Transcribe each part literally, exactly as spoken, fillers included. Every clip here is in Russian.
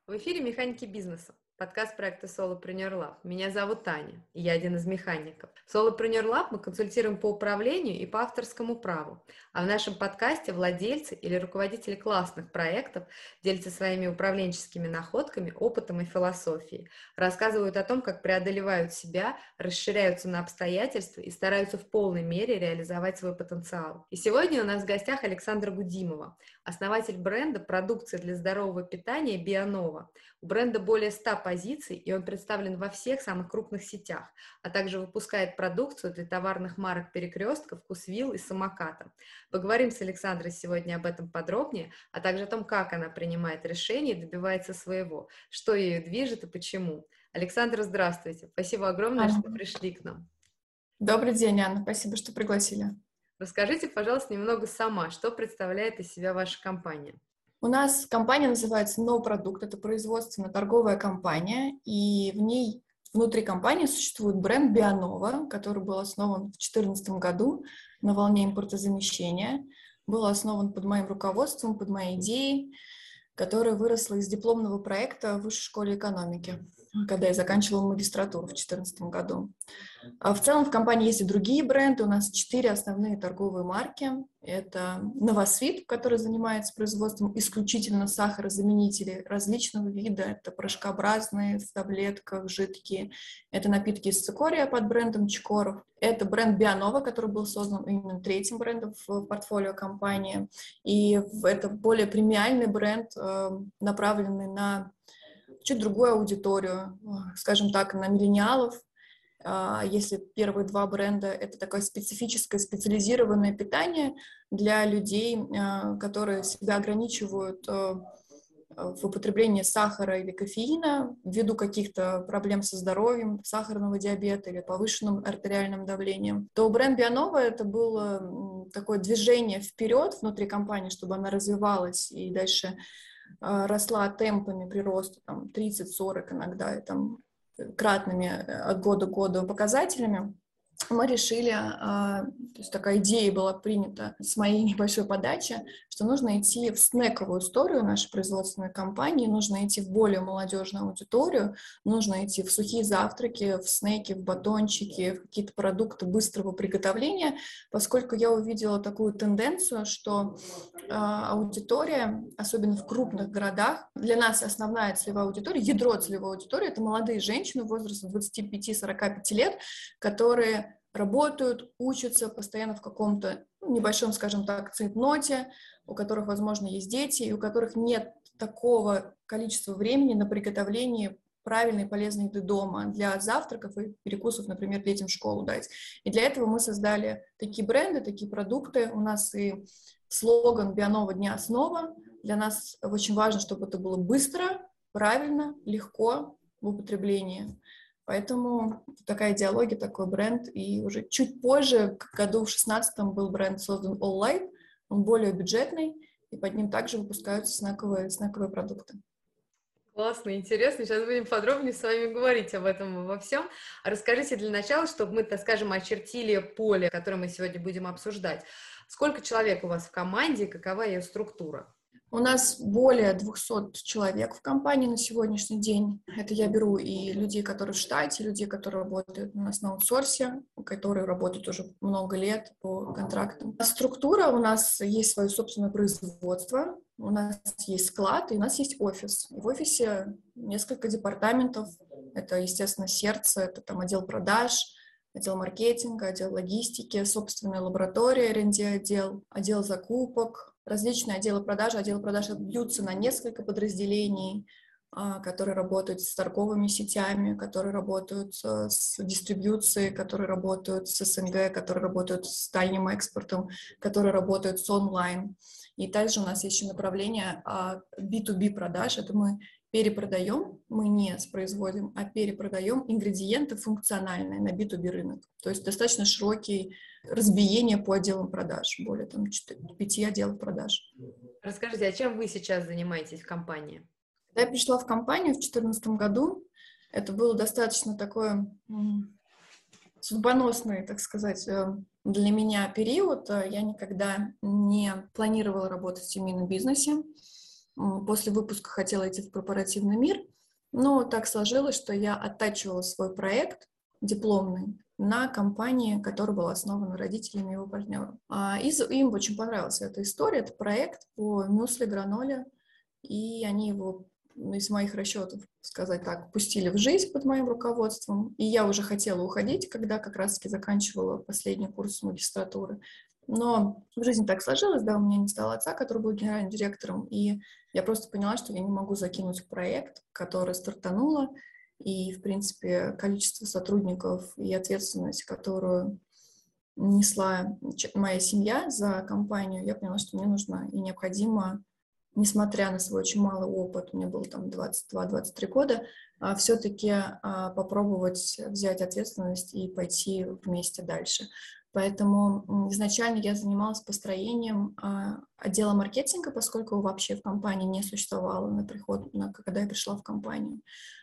В эфире «Механики бизнеса», подкаст проекта Solopreneur Lab. Меня зовут Таня, и я один из механиков. В Solopreneur Lab мы консультируем по управлению и по авторскому праву. А в нашем подкасте владельцы или руководители классных проектов делятся своими управленческими находками, опытом и философией. Рассказывают о том, как преодолевают себя, расширяются на обстоятельства и стараются в полной мере реализовать свой потенциал. И сегодня у нас в гостях Александра Гудимова, основатель бренда продукции для здорового питания «Бионова». У бренда более ста позиций, и он представлен во всех самых крупных сетях, а также выпускает продукцию для товарных марок «Перекрестка», «Вкусвилл» и «Самоката». Поговорим с Александрой сегодня об этом подробнее, а также о том, как она принимает решения и добивается своего, что ее движет и почему. Александра, здравствуйте. Спасибо огромное, Анна. что пришли к нам. Добрый день, Анна. Спасибо, что пригласили. Расскажите, пожалуйста, немного сама, что представляет из себя ваша компания? У нас компания называется «Ноу-продукт». Это производственно-торговая компания, и в ней внутри компании существует бренд «Бионова», который был основан в две тысячи четырнадцатом году на волне импортозамещения. Был основан под моим руководством, под моей идеей, которая выросла из дипломного проекта в Высшей школе экономики, когда я заканчивала магистратуру в две тысячи четырнадцатом году. А в целом в компании есть и другие бренды. У нас четыре основные торговые марки. Это Новосвит, который занимается производством исключительно сахарозаменителей различного вида. Это порошкообразные, в таблетках, жидкие. Это напитки из цикория под брендом Чкоров. Это бренд Бионова, который был создан именно третьим брендом в портфолио компании. И это более премиальный бренд, направленный на чуть другую аудиторию, скажем так, на миллениалов. Если первые два бренда — это такое специфическое, специализированное питание для людей, которые себя ограничивают в употреблении сахара или кофеина ввиду каких-то проблем со здоровьем, сахарного диабета или повышенным артериальным давлением, то бренд Бионова — это было такое движение вперед внутри компании, чтобы она развивалась и дальше росла темпами прироста там, тридцать-сорок иногда, и, там, кратными от года к году показателями. Мы решили, то есть такая идея была принята с моей небольшой подачи, что нужно идти в снековую историю нашей производственной компании, нужно идти в более молодежную аудиторию, нужно идти в сухие завтраки, в снеки, в батончики, в какие-то продукты быстрого приготовления, поскольку я увидела такую тенденцию, что аудитория, особенно в крупных городах, для нас основная целевая аудитория, ядро целевой аудитории — это молодые женщины в возрасте двадцати пяти — сорока пяти лет, которые работают, учатся постоянно в каком-то небольшом, скажем так, цейтноте, у которых, возможно, есть дети, и у которых нет такого количества времени на приготовление правильной полезной еды дома для завтраков и перекусов, например, детям в школу дать. И для этого мы создали такие бренды, такие продукты. У нас и слоган «Бионова дня основа». Для нас очень важно, чтобы это было быстро, правильно, легко в употреблении. Поэтому такая идеология, такой бренд. И уже чуть позже, в году в шестнадцатом, был бренд создан All Light. Он более бюджетный, и под ним также выпускаются снековые, снековые продукты. Классно, интересно. Сейчас будем подробнее с вами говорить об этом во всем. Расскажите для начала, чтобы мы, так скажем, очертили поле, которое мы сегодня будем обсуждать. Сколько человек у вас в команде, какова ее структура? У нас более двухсот человек в компании на сегодняшний день. Это я беру и людей, которые в штате, людей, которые работают у нас на аутсорсе, которые работают уже много лет по контрактам. Структура: у нас есть свое собственное производство, у нас есть склад, и у нас есть офис. И в офисе несколько департаментов. Это, естественно, сердце, это там отдел продаж, отдел маркетинга, отдел логистики, собственная лаборатория, эр энд ди отдел, отдел закупок. Различные отделы продажи. Отделы продаж бьются на несколько подразделений, которые работают с торговыми сетями, которые работают с дистрибьюцией, которые работают с эс эн гэ, которые работают с дальним экспортом, которые работают с онлайн. И также у нас есть еще направление би ту би продаж. Это мы перепродаем, мы не производим, а перепродаем ингредиенты функциональные на би ту би рынок. То есть достаточно широкий разбиение по отделам продаж, более там пяти отделов продаж. Расскажите, а чем вы сейчас занимаетесь в компании? Когда я пришла в компанию в две тысячи четырнадцатом году, это было достаточно такое м, судьбоносный, так сказать, для меня период. Я никогда не планировала работать в семейном бизнесе. после выпуска хотела идти в корпоративный мир, но так сложилось, что я оттачивала свой проект дипломный на компании, которая была основана родителями и его партнером. А, и им очень понравилась эта история, это проект по мюсли, граноле, и они его из моих расчетов, сказать так, пустили в жизнь под моим руководством. И я уже хотела уходить, когда как раз-таки заканчивала последний курс магистратуры. Но в жизни так сложилось, да, у меня не стало отца, который был генеральным директором, и я просто поняла, что я не могу закинуть проект, который стартанула, и, в принципе, количество сотрудников и ответственность, которую несла моя семья за компанию, я поняла, что мне нужно и необходимо, несмотря на свой очень малый опыт, мне было там двадцать два - двадцать три года, все-таки попробовать взять ответственность и пойти вместе дальше. Поэтому изначально я занималась построением отдела маркетинга, поскольку его вообще в компании не существовало на приход, на, когда я пришла в компанию.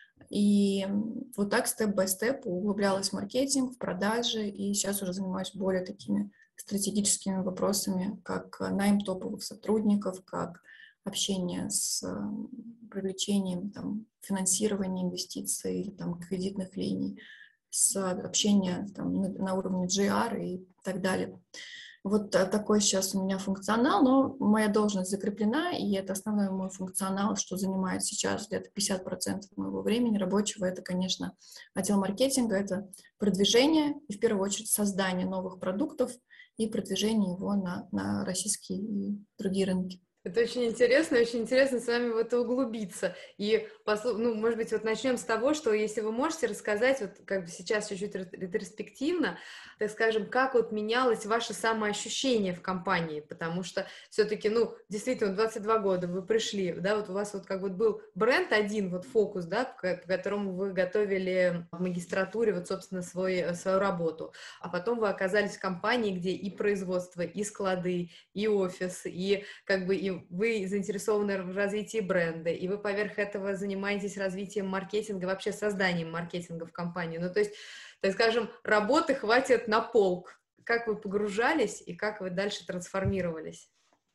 И вот так степ-бай-степ углублялась в маркетинг, в продажи, и сейчас уже занимаюсь более такими стратегическими вопросами, как найм топовых сотрудников, как общение с привлечением там, финансирования инвестиций или там, кредитных линий, с общения там, на, на уровне джи ар и так далее. Вот такой сейчас у меня функционал, но моя должность закреплена, и это основной мой функционал, что занимает сейчас где-то пятьдесят процентов моего времени рабочего. Это, конечно, отдел маркетинга, это продвижение и, в первую очередь, создание новых продуктов и продвижение его на, на российские и другие рынки. Это очень интересно, очень интересно с вами в это углубиться. И, ну, может быть, вот начнем с того, что если вы можете рассказать, вот как бы сейчас чуть-чуть ретроспективно, так скажем, как вот менялось ваше самоощущение в компании, потому что все-таки, ну, действительно, двадцать два года вы пришли, да, вот у вас вот как вот был бренд один, вот фокус, да, по которому вы готовили в магистратуре вот, собственно, свой, свою работу, а потом вы оказались в компании, где и производство, и склады, и офис, и как бы и вы заинтересованы в развитии бренда, и вы поверх этого занимаетесь развитием маркетинга, вообще созданием маркетинга в компанию. Ну, то есть, так скажем, работы хватит на полк. Как вы погружались и как вы дальше трансформировались?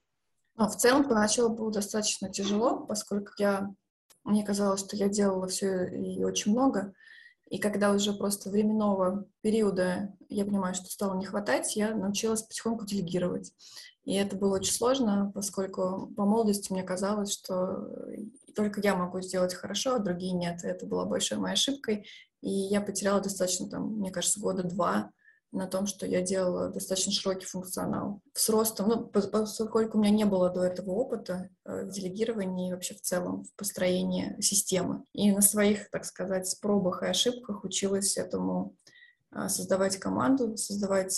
Ну, в целом, поначалу было достаточно тяжело, поскольку я, мне казалось, что я делала все и очень много. И когда уже просто временного периода я понимаю, что стало не хватать, я научилась потихоньку делегировать. И это было очень сложно, поскольку по молодости мне казалось, что только я могу сделать хорошо, а другие нет. И это была большой моей ошибкой. И я потеряла достаточно, там, мне кажется, года два на том, что я делала достаточно широкий функционал. С ростом, ну, поскольку у меня не было до этого опыта в делегировании и вообще в целом в построении системы. И на своих, так сказать, пробах и ошибках училась этому создавать команду, создавать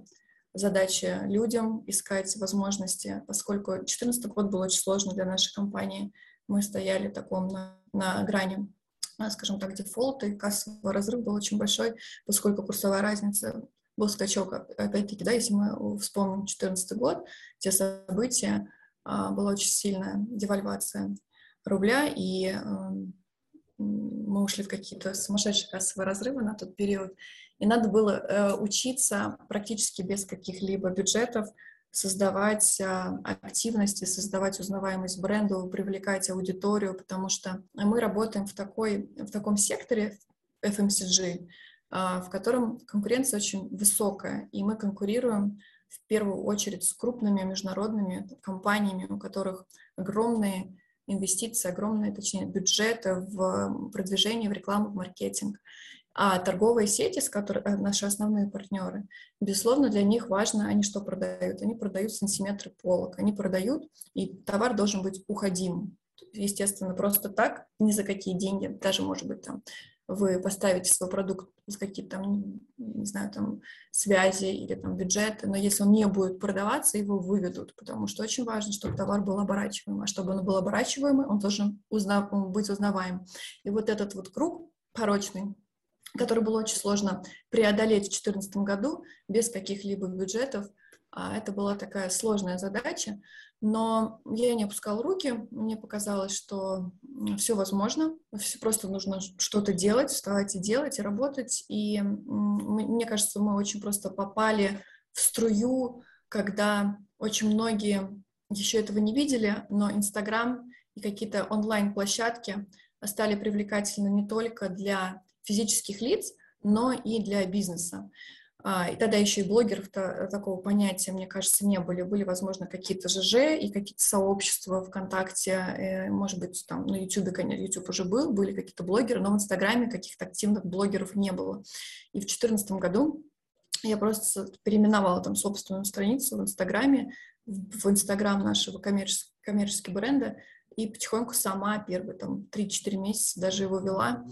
задачи людям, искать возможности, поскольку две тысячи четырнадцатый год был очень сложный для нашей компании. Мы стояли таком на, на грани, скажем так, дефолта, и кассовый разрыв был очень большой, поскольку курсовая разница, был скачок, опять-таки, да, если мы вспомним две тысячи четырнадцатый год, те события, была очень сильная девальвация рубля, и мы ушли в какие-то сумасшедшие кассовые разрывы на тот период, и надо было э, учиться практически без каких-либо бюджетов создавать э, активности, создавать узнаваемость бренда, привлекать аудиторию, потому что мы работаем в, такой, в таком секторе эф эм си джи, э, в котором конкуренция очень высокая, и мы конкурируем в первую очередь с крупными международными компаниями, у которых огромные инвестиции, огромные, точнее, бюджеты в продвижение, в рекламу, в маркетинг. А торговые сети, с которыми наши основные партнеры, безусловно, для них важно, они что продают? Они продают сантиметры полок, они продают, и товар должен быть уходимым. Естественно, просто так, ни за какие деньги, даже, может быть, там, вы поставите свой продукт с какие-то там, не знаю, там, связи или там бюджеты, но если он не будет продаваться, его выведут, потому что очень важно, чтобы товар был оборачиваемый, а чтобы он был оборачиваемый, он должен узнав, быть узнаваем. И вот этот вот круг порочный, который было очень сложно преодолеть в две тысячи четырнадцатом году без каких-либо бюджетов, это была такая сложная задача, но я не опускала руки, мне показалось, что все возможно, просто нужно что-то делать, вставать и делать, и работать, и мне кажется, мы очень просто попали в струю, когда очень многие еще этого не видели, но Инстаграм и какие-то онлайн-площадки стали привлекательны не только для физических лиц, но и для бизнеса. И тогда еще и блогеров такого понятия, мне кажется, не были. Были, возможно, какие-то ЖЖ и какие-то сообщества ВКонтакте, может быть, там на Ютубе, конечно, Ютуб уже был, были какие-то блогеры, но в Инстаграме каких-то активных блогеров не было. И в две тысячи четырнадцатом году я просто переименовала там собственную страницу в Инстаграме, в Инстаграм нашего коммерческого, коммерческого бренда, и потихоньку сама первые там три-четыре месяца даже его вела,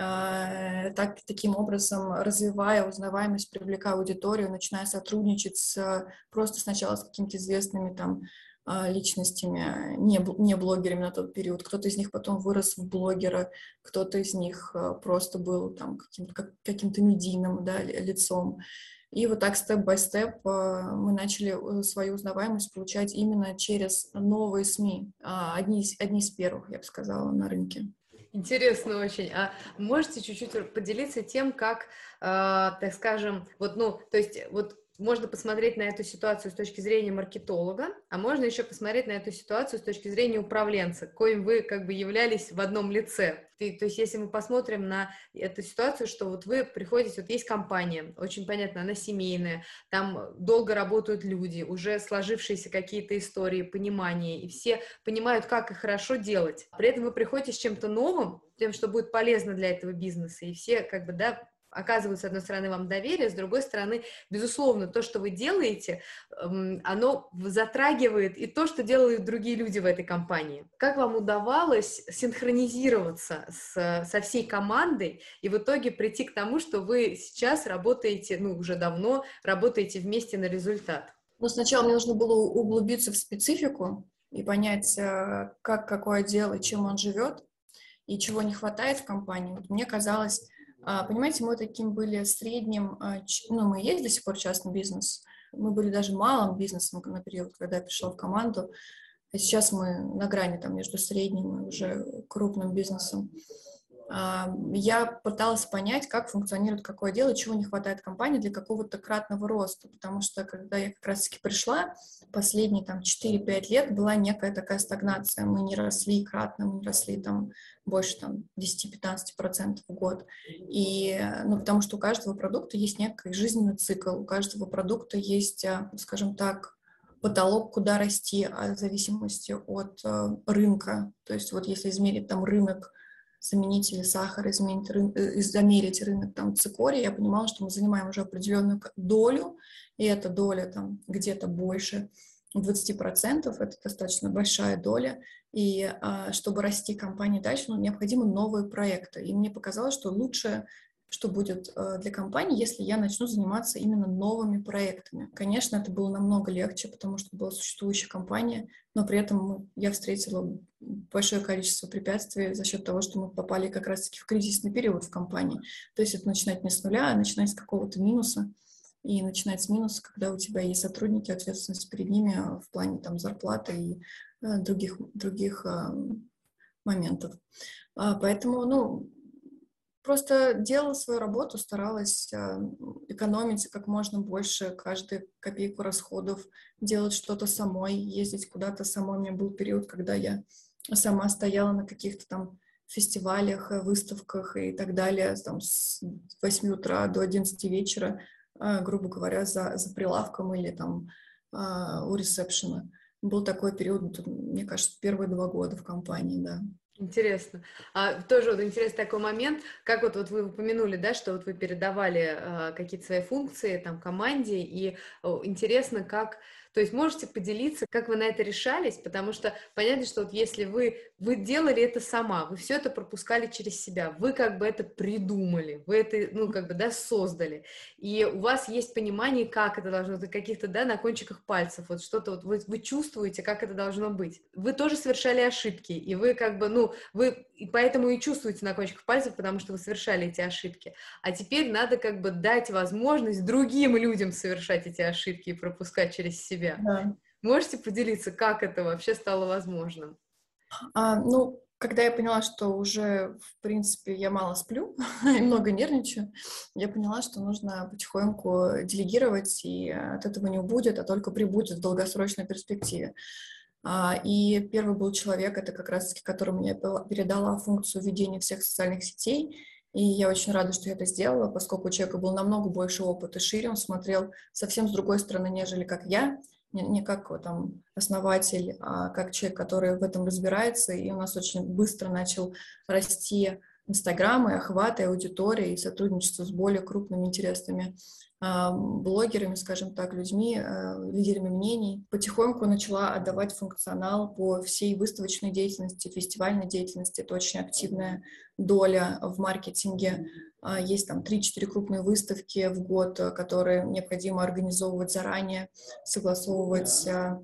э, так, таким образом развивая узнаваемость, привлекая аудиторию, начиная сотрудничать с, просто сначала с какими-то известными там э, личностями, не, не блогерами на тот период. Кто-то из них потом вырос в блогера, кто-то из них э, просто был там каким-то, как, каким-то медийным, да, лицом. И вот так степ-бай-степ мы начали свою узнаваемость получать именно через новые СМИ. Одни из, одни из первых, я бы сказала, на рынке. Интересно очень. А можете чуть-чуть поделиться тем, как, э, так скажем, вот, ну, то есть, вот можно посмотреть на эту ситуацию с точки зрения маркетолога, а можно еще посмотреть на эту ситуацию с точки зрения управленца, коим вы как бы являлись в одном лице. Ты, то есть если мы посмотрим на эту ситуацию, что вот вы приходите, вот есть компания, очень понятно, она семейная, там долго работают люди, уже сложившиеся какие-то истории, понимание, и все понимают, как и хорошо делать. При этом вы приходите с чем-то новым, тем, что будет полезно для этого бизнеса, и все как бы, да, оказывают, с одной стороны, вам доверие, с другой стороны, безусловно, то, что вы делаете, оно затрагивает и то, что делают другие люди в этой компании. Как вам удавалось синхронизироваться с, со всей командой и в итоге прийти к тому, что вы сейчас работаете, ну, уже давно работаете вместе на результат? Ну, сначала мне нужно было углубиться в специфику и понять, как какой отдел и чем он живет, и чего не хватает в компании. Вот мне казалось... Понимаете, мы таким были средним, ну, мы и есть до сих пор частный бизнес, мы были даже малым бизнесом на период, когда я пришла в команду, а сейчас мы на грани там между средним и уже крупным бизнесом. Я пыталась понять, как функционирует какое дело, чего не хватает компании для какого-то кратного роста, потому что когда я как раз-таки пришла, последние там четыре-пять лет была некая такая стагнация, мы не росли кратно, мы не росли там больше там десять-пятнадцать процентов в год, и, ну, потому что у каждого продукта есть некий жизненный цикл, у каждого продукта есть, скажем так, потолок, куда расти, в зависимости от рынка, то есть вот если измерить там рынок заменители сахара, изменить рын... замерить рынок там цикория, я понимала, что мы занимаем уже определенную долю, и эта доля там где-то больше двадцать процентов, это достаточно большая доля, и а, чтобы расти компании дальше, ну, необходимы новые проекты, и мне показалось, что лучше, что будет а, для компании, если я начну заниматься именно новыми проектами. Конечно, это было намного легче, потому что была существующая компания, но при этом я встретила большое количество препятствий за счет того, что мы попали как раз-таки в кризисный период в компании. То есть это начинать не с нуля, а начинать с какого-то минуса. И начинать с минуса, когда у тебя есть сотрудники, ответственность перед ними в плане там зарплаты и э, других, других э, моментов. А, поэтому, ну, просто делала свою работу, старалась э, экономить как можно больше каждую копейку расходов, делать что-то самой, ездить куда-то самой. У меня был период, когда я сама стояла на каких-то там фестивалях, выставках и так далее, там, с восьми утра до одиннадцати вечера, э, грубо говоря, за, за прилавком или там э, у ресепшена. Был такой период, мне кажется, первые два года в компании, да. Интересно. А, тоже вот интересный такой момент, как вот, вот вы упомянули, да, что вот вы передавали а, какие-то свои функции там команде, и о, интересно, как, то есть можете поделиться, как вы на это решались, потому что понятно, что вот если вы, вы делали это сама, вы все это пропускали через себя, вы как бы это придумали, вы это, ну, как бы, да, создали, и у вас есть понимание, как это должно быть, каких-то, да, на кончиках пальцев, вот что-то вот вы, вы чувствуете, как это должно быть. Вы тоже совершали ошибки, и вы как бы, ну, вы и поэтому и чувствуете на кончиках пальцев, потому что вы совершали эти ошибки. А теперь надо как бы дать возможность другим людям совершать эти ошибки и пропускать через себя. Да. Можете поделиться, как это вообще стало возможным? А, ну, когда я поняла, что уже, в принципе, я мало сплю и много нервничаю, я поняла, что нужно потихоньку делегировать, и от этого не убудет, а только прибудет в долгосрочной перспективе. И первый был человек, это как раз-таки, которому я передала функцию ведения всех социальных сетей. И я очень рада, что я это сделала, поскольку у человека был намного больше опыта, шире, он смотрел совсем с другой стороны, нежели как я, не, не как там основатель, а как человек, который в этом разбирается. И у нас очень быстро начал расти Инстаграм, и охват, и аудитория, и сотрудничество с более крупными интересными блогерами, скажем так, людьми, лидерами мнений. Потихоньку начала отдавать функционал по всей выставочной деятельности, фестивальной деятельности. Это очень активная доля в маркетинге. Есть там три-четыре крупные выставки в год, которые необходимо организовывать заранее, согласовывать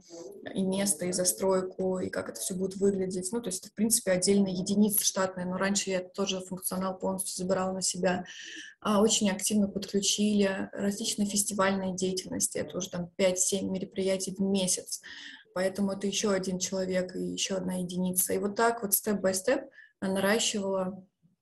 и место, и застройку, и как это все будет выглядеть. Ну, то есть, это, в принципе, отдельная единица штатная, но раньше я тоже функционал полностью забирала на себя. Очень активно подключили различные фестивальные деятельности. Это уже там пять-семь мероприятий в месяц. Поэтому это еще один человек и еще одна единица. И вот так вот степ-бай-степ наращивала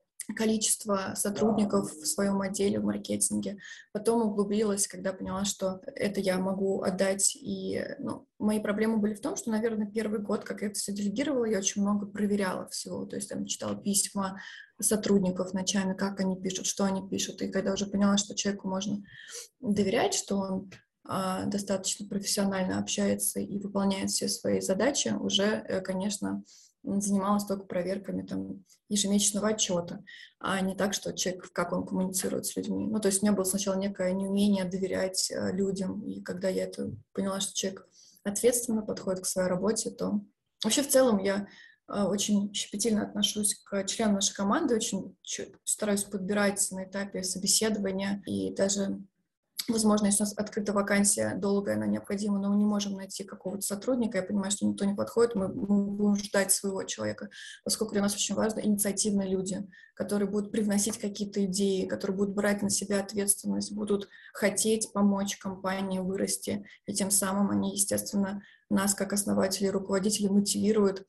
количество сотрудников в своем отделе в маркетинге. Потом углубилась, когда поняла, что это я могу отдать. И ну, мои проблемы были в том, что, наверное, первый год, как я это все делегировала, я очень много проверяла всего. То есть там читала письма сотрудников ночами, как они пишут, что они пишут. И когда уже поняла, что человеку можно доверять, что он а, достаточно профессионально общается и выполняет все свои задачи, уже, конечно, занималась только проверками там, ежемесячного отчета, а не так, что человек, как он коммуницирует с людьми. Ну, то есть у меня было сначала некое неумение доверять э, людям, и когда я это поняла, что человек ответственно подходит к своей работе, то вообще в целом я э, очень щепетильно отношусь к членам нашей команды, очень стараюсь подбирать на этапе собеседования, и даже возможно, если у нас открыта вакансия долгая, она необходима, но мы не можем найти какого-то сотрудника, я понимаю, что никто не подходит, мы, мы будем ждать своего человека, поскольку для нас очень важно инициативные люди, которые будут привносить какие-то идеи, которые будут брать на себя ответственность, будут хотеть помочь компании вырасти, и тем самым они, естественно, нас, как основателей и руководителей, мотивируют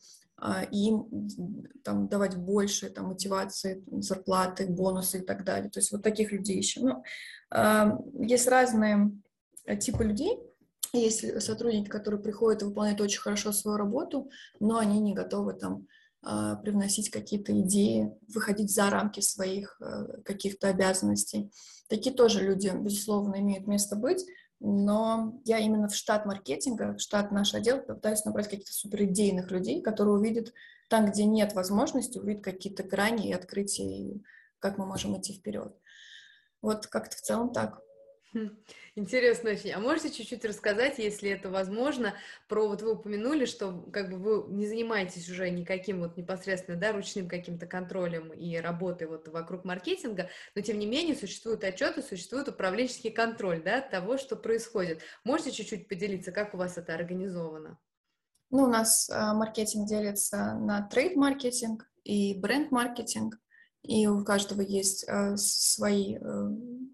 и им там, давать больше там, мотивации, зарплаты, бонусы и так далее. То есть вот таких людей еще. Ну, есть разные типы людей. Есть сотрудники, которые приходят и выполняют очень хорошо свою работу, но они не готовы там привносить какие-то идеи, выходить за рамки своих каких-то обязанностей. Такие тоже люди, безусловно, имеют место быть, но я именно в штат маркетинга, в штат наш отдел пытаюсь набрать каких-то суперидейных людей, которые увидят там, где нет возможности, увидят какие-то грани и открытия, и как мы можем идти вперед. Вот как-то в целом так. Интересно очень. А можете чуть-чуть рассказать, если это возможно, про, вот вы упомянули, что как бы вы не занимаетесь уже никаким вот непосредственно, да, ручным каким-то контролем и работой вот вокруг маркетинга, но тем не менее существуют отчеты, существует управленческий контроль, да, того, что происходит. Можете чуть-чуть поделиться, как у вас это организовано? Ну, у нас э, маркетинг делится на трейд-маркетинг и бренд-маркетинг, и у каждого есть э, свои э,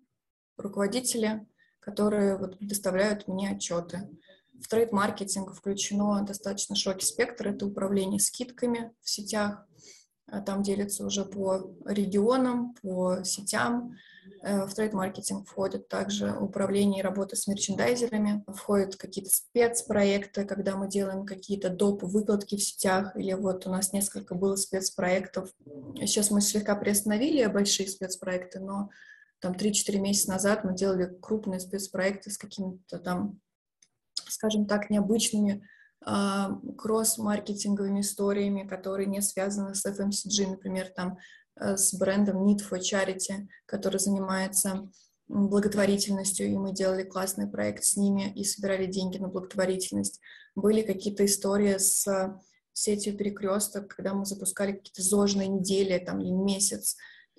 руководители, которые вот предоставляют мне отчеты. В трейд-маркетинг включено достаточно широкий спектр. Это управление скидками в сетях. Там делится уже по регионам, по сетям. В трейд-маркетинг входит также управление и работа с мерчендайзерами. Входят какие-то спецпроекты, когда мы делаем какие-то доп. Выкладки в сетях. Или вот у нас несколько было спецпроектов. Сейчас мы слегка приостановили большие спецпроекты, но там три-четыре месяца назад мы делали крупные спецпроекты с какими-то там, скажем так, необычными э, кросс-маркетинговыми историями, которые не связаны с эф эм си джи, например, там э, с брендом Need for Charity, который занимается благотворительностью, и мы делали классный проект с ними и собирали деньги на благотворительность. Были какие-то истории с сетью Перекресток, когда мы запускали какие-то зожные недели там, или месяц,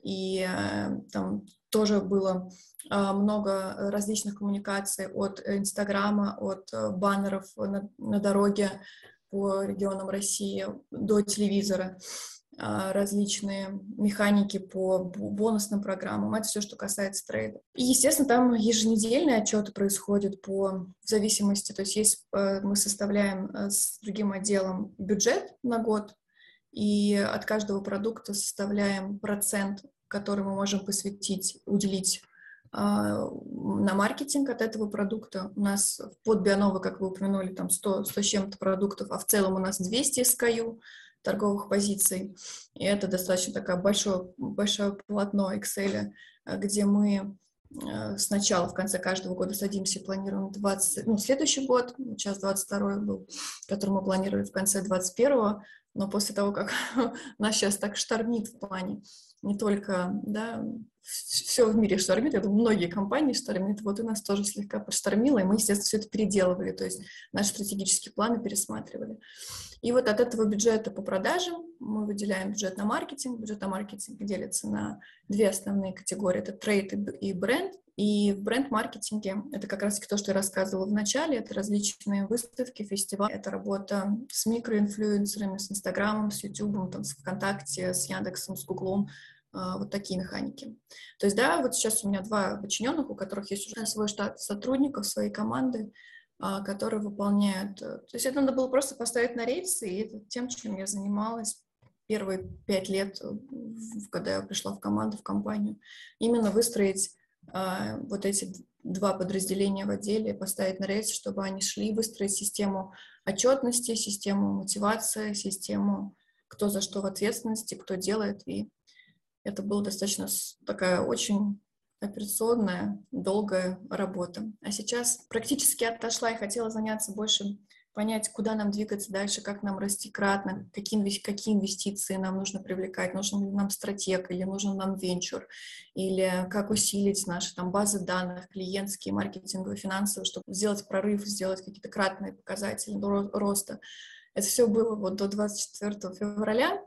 и э, там тоже было э, много различных коммуникаций от Инстаграма, от э, баннеров на, на дороге по регионам России до телевизора, э, различные механики по бонусным программам. Это все, что касается трейда. И, естественно, там еженедельные отчеты происходят по в зависимости. То есть, есть э, мы составляем э, с другим отделом бюджет на год, и от каждого продукта составляем процент, который мы можем посвятить, уделить на маркетинг от этого продукта. У нас под Бионова, как вы упомянули, там сто, сто с чем-то продуктов, а в целом у нас двести эс кей ю торговых позиций. И это достаточно такое большое, большое полотно Excel, где мы сначала в конце каждого года садимся и планируем двадцать, ну, следующий год, сейчас двадцать второй был, который мы планировали в конце двадцать первого, но после того, как нас сейчас так штормит в плане не только, да, все в мире штормит, я думаю, многие компании штормит, вот и нас тоже слегка поштормило, и мы, естественно, все это переделывали, то есть наши стратегические планы пересматривали. И вот от этого бюджета по продажам мы выделяем бюджет на маркетинг. Бюджет на маркетинг делится на две основные категории, это трейд и бренд. И в бренд-маркетинге это как раз то, что я рассказывала в начале, это различные выставки, фестивали, это работа с микроинфлюенсерами, с Инстаграмом, с Ютубом, там, с ВКонтакте, с Яндексом, с Гуглом, вот такие механики. То есть, да, вот сейчас у меня два подчиненных, у которых есть уже свой штат сотрудников, свои команды, которые выполняют. То есть это надо было просто поставить на рельсы, и это тем, чем я занималась первые пять лет, когда я пришла в команду, в компанию. Именно выстроить а, вот эти два подразделения в отделе, поставить на рельсы, чтобы они шли, выстроить систему отчетности, систему мотивации, систему кто за что в ответственности, кто делает. И это была достаточно такая очень операционная, долгая работа. А сейчас практически отошла и хотела заняться больше, понять, куда нам двигаться дальше, как нам расти кратно, какие, какие инвестиции нам нужно привлекать, нужен ли нам стратег, или нужен нам венчур, или как усилить наши там базы данных, клиентские, маркетинговые, финансовые, чтобы сделать прорыв, сделать какие-то кратные показатели роста. Это все было вот до двадцать четвёртого февраля.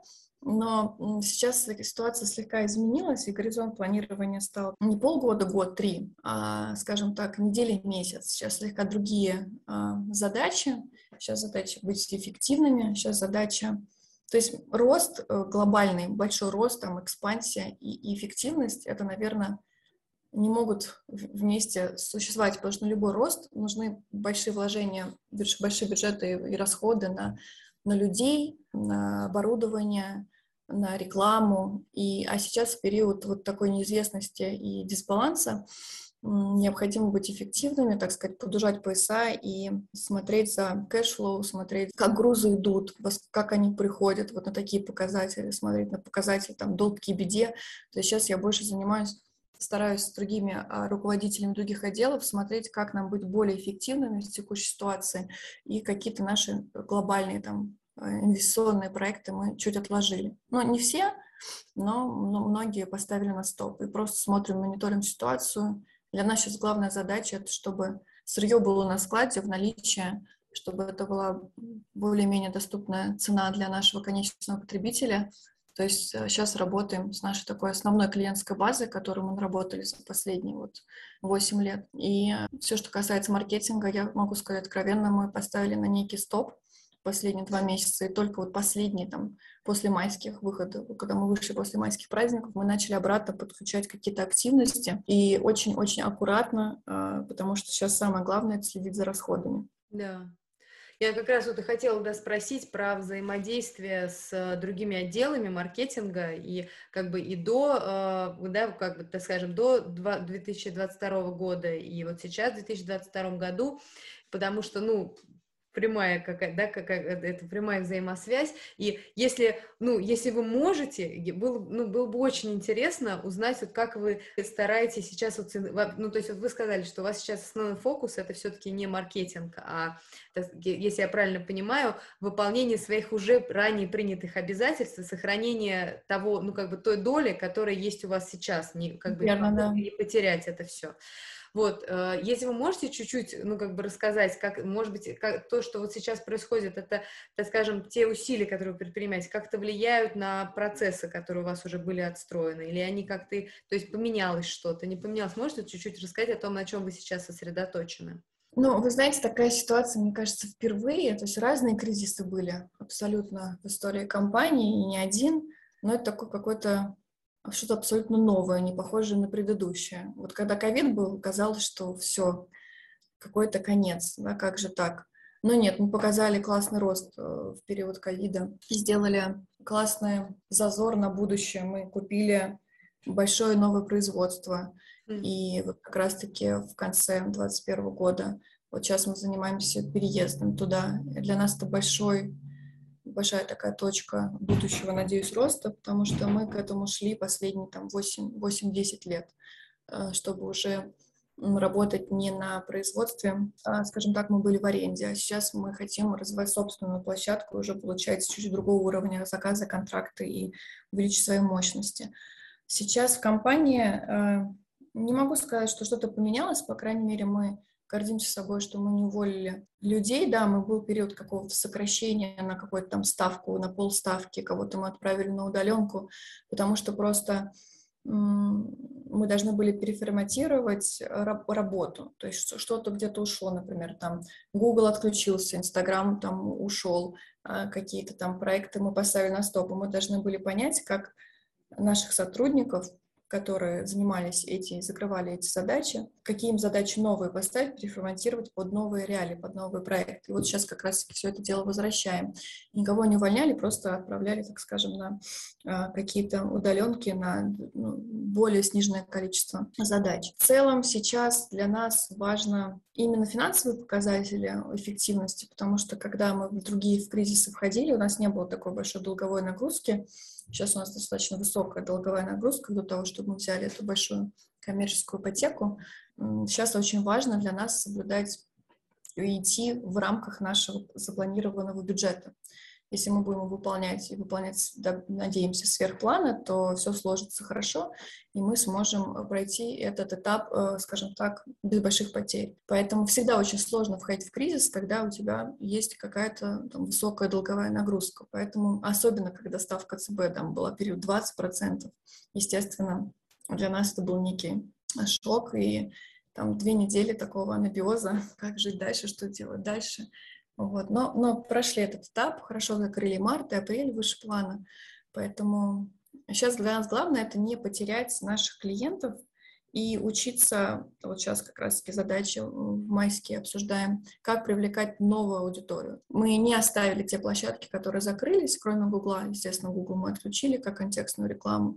Но сейчас ситуация слегка изменилась, и горизонт планирования стал не полгода, год, три, а, скажем так, недели, месяц. Сейчас слегка другие а, задачи. Сейчас задача быть эффективными, сейчас задача... То есть рост глобальный, большой рост, там, экспансия и, и эффективность, это, наверное, не могут вместе существовать, потому что на любой рост нужны большие вложения, большие бюджеты и расходы на, на людей, на оборудование, на рекламу. И, а сейчас в период вот такой неизвестности и дисбаланса необходимо быть эффективными, так сказать, подужать пояса и смотреть за кэшфлоу, смотреть, как грузы идут, как они приходят, вот на такие показатели, смотреть на показатели, там, долг к беде. То есть сейчас я больше занимаюсь, стараюсь с другими а, руководителями других отделов смотреть, как нам быть более эффективными в текущей ситуации, и какие-то наши глобальные там инвестиционные проекты мы чуть отложили. Ну, не все, но, но многие поставили на стоп. И просто смотрим, мониторим ситуацию. Для нас сейчас главная задача — это чтобы сырье было на складе, в наличии, чтобы это была более-менее доступная цена для нашего конечного потребителя. То есть сейчас работаем с нашей такой основной клиентской базой, которую мы наработали за последние вот восемь лет. И все, что касается маркетинга, я могу сказать откровенно, мы поставили на некий стоп последние два месяца, и только вот последние, там, после майских выходов, когда мы вышли после майских праздников, мы начали обратно подключать какие-то активности, и очень-очень аккуратно, потому что сейчас самое главное — это следить за расходами. Да. Я как раз вот и хотела, да, спросить про взаимодействие с другими отделами маркетинга, и как бы и до, да, как бы, так скажем, до две тысячи двадцать второго года, и вот сейчас, в две тысячи двадцать втором году, потому что, ну, прямая какая, да, какая, это прямая взаимосвязь, и если, ну, если вы можете, было, ну, было бы очень интересно узнать, вот как вы стараетесь сейчас, вот, ну, то есть вот вы сказали, что у вас сейчас основной фокус — это все-таки не маркетинг, а, если я правильно понимаю, выполнение своих уже ранее принятых обязательств и сохранение того, ну, как бы той доли, которая есть у вас сейчас, не, как бы, Верно, да. не потерять это все. Вот, если вы можете чуть-чуть, ну, как бы рассказать, как, может быть, как, то, что вот сейчас происходит, это, так скажем, те усилия, которые вы предпринимаете, как-то влияют на процессы, которые у вас уже были отстроены, или они как-то, то есть поменялось что-то, не поменялось? Можете чуть-чуть рассказать о том, на чем вы сейчас сосредоточены? Ну, вы знаете, такая ситуация, мне кажется, впервые, то есть разные кризисы были абсолютно в истории компании, и не один, но это такой какой-то что-то абсолютно новое, не похожее на предыдущее. Вот когда ковид был, казалось, что все, какой-то конец, да, как же так? Но нет, мы показали классный рост в период ковида, сделали классный зазор на будущее. Мы купили большое новое производство. М. И вот как раз-таки в конце двадцать первого года, вот сейчас мы занимаемся переездом туда. И для нас это большой, большая такая точка будущего, надеюсь, роста, потому что мы к этому шли последние там восемь-десять лет, э, чтобы уже м, работать не на производстве, а, скажем так, мы были в аренде, а сейчас мы хотим развивать собственную площадку, уже получается чуть-чуть другого уровня заказа, контракты и увеличить свои мощности. Сейчас в компании э, не могу сказать, что что-то поменялось, по крайней мере, мы гордимся собой, что мы не уволили людей, да, мы был период какого-то сокращения на какую-то там ставку, на полставки, кого-то мы отправили на удаленку, потому что просто м, мы должны были переформатировать раб- работу, то есть что-то где-то ушло, например, там Google отключился, Instagram там ушел, а какие-то там проекты мы поставили на стоп, и мы должны были понять, как наших сотрудников, которые занимались эти, закрывали эти задачи, какие им задачи новые поставить, переформатировать под новые реалии, под новый проект. И вот сейчас как раз-таки все это дело возвращаем. Никого не увольняли, просто отправляли, так скажем, на а, какие-то удаленки, на ну, более сниженное количество задач. В целом сейчас для нас важно именно финансовые показатели эффективности, потому что когда мы в другие в кризисы входили, у нас не было такой большой долговой нагрузки. Сейчас у нас достаточно высокая долговая нагрузка для того, чтобы мы взяли эту большую коммерческую ипотеку. Сейчас очень важно для нас соблюдать и идти в рамках нашего запланированного бюджета. Если мы будем выполнять и выполнять, да, надеемся, сверх плана, то все сложится хорошо, и мы сможем пройти этот этап, скажем так, без больших потерь. Поэтому всегда очень сложно входить в кризис, когда у тебя есть какая-то там высокая долговая нагрузка. Поэтому, особенно когда ставка ЦБ там была период двадцать процентов, естественно, для нас это был некий шок, и там две недели такого анабиоза, как жить дальше, что делать дальше. Вот. Но, но прошли этот этап, хорошо закрыли март и апрель выше плана. Поэтому сейчас для нас главное — это не потерять наших клиентов и учиться, вот сейчас как раз-таки задача в майске обсуждаем, как привлекать новую аудиторию. Мы не оставили те площадки, которые закрылись, кроме Гугла. Естественно, Google мы отключили как контекстную рекламу.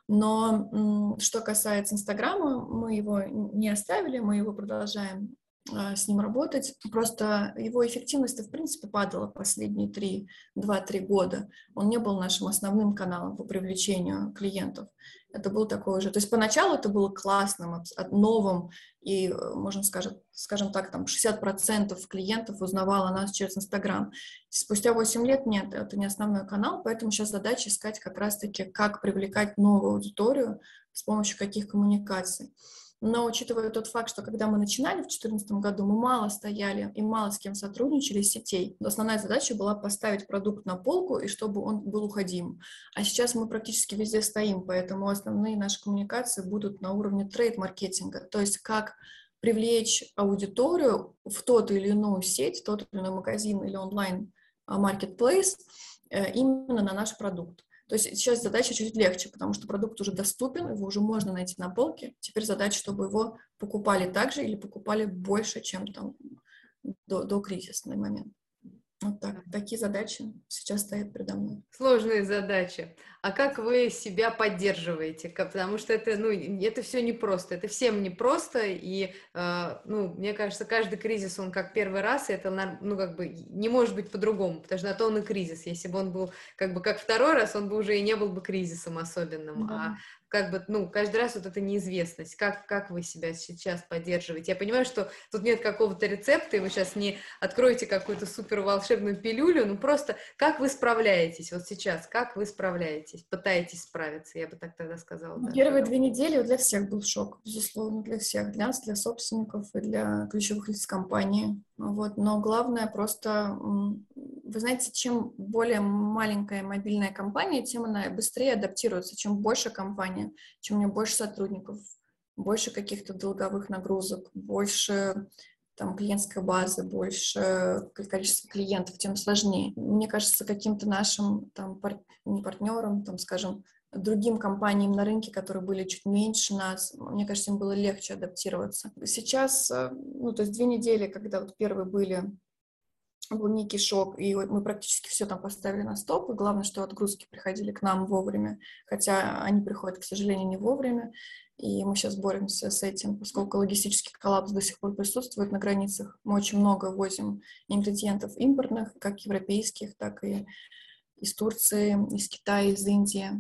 Но что касается Инстаграма, мы его не оставили, мы его продолжаем с ним работать. Просто его эффективность, в принципе, падала последние три, два-три года. Он не был нашим основным каналом по привлечению клиентов. Это был такой же... То есть поначалу это было классным, новым, и, можно скажем, скажем так, там шестьдесят процентов клиентов узнавало нас через Инстаграм. Спустя восемь лет нет, это не основной канал, поэтому сейчас задача искать как раз-таки, как привлекать новую аудиторию, с помощью каких коммуникаций. Но учитывая тот факт, что когда мы начинали в две тысячи четырнадцатом году, мы мало стояли и мало с кем сотрудничали из сетей. Основная задача была поставить продукт на полку и чтобы он был уходим. А сейчас мы практически везде стоим, поэтому основные наши коммуникации будут на уровне трейд-маркетинга, то есть как привлечь аудиторию в тот или иную сеть, тот или иной магазин или онлайн-маркетплейс именно на наш продукт. То есть сейчас задача чуть легче, потому что продукт уже доступен, его уже можно найти на полке. Теперь задача, чтобы его покупали так же или покупали больше, чем там до, до кризисный момент. Вот так. Такие задачи сейчас стоят передо мной. Сложные задачи. А как вы себя поддерживаете? Потому что это, ну, это все непросто. Это всем непросто. И, э, ну, мне кажется, каждый кризис, он как первый раз, и это, ну, как бы не может быть по-другому, потому что на то он и кризис. Если бы он был как бы как второй раз, он бы уже и не был бы кризисом особенным. Да. А как бы, ну, каждый раз вот эта неизвестность. Как, как вы себя сейчас поддерживаете? Я понимаю, что тут нет какого-то рецепта, и вы сейчас не откроете какую-то супер волшебную пилюлю, ну, просто как вы справляетесь вот сейчас? Как вы справляетесь? Пытаетесь справиться, я бы так тогда сказала. Да. Первые две недели для всех был шок, безусловно, для всех, для нас, для собственников и для ключевых лиц компании. Вот. Но главное просто, вы знаете, чем более маленькая мобильная компания, тем она быстрее адаптируется. Чем больше компания, чем у нее больше сотрудников, больше каких-то долговых нагрузок, больше там клиентской базы, больше количество клиентов, тем сложнее. Мне кажется, каким-то нашим там, пар... не партнерам, там, скажем, другим компаниям на рынке, которые были чуть меньше нас, мне кажется, им было легче адаптироваться. Сейчас, ну, то есть две недели, когда вот первые были был некий шок, и вот мы практически все там поставили на стоп, и главное, что отгрузки приходили к нам вовремя, хотя они приходят, к сожалению, не вовремя, и мы сейчас боремся с этим, поскольку логистический коллапс до сих пор присутствует на границах. Мы очень много возим ингредиентов импортных, как европейских, так и из Турции, из Китая, из Индии.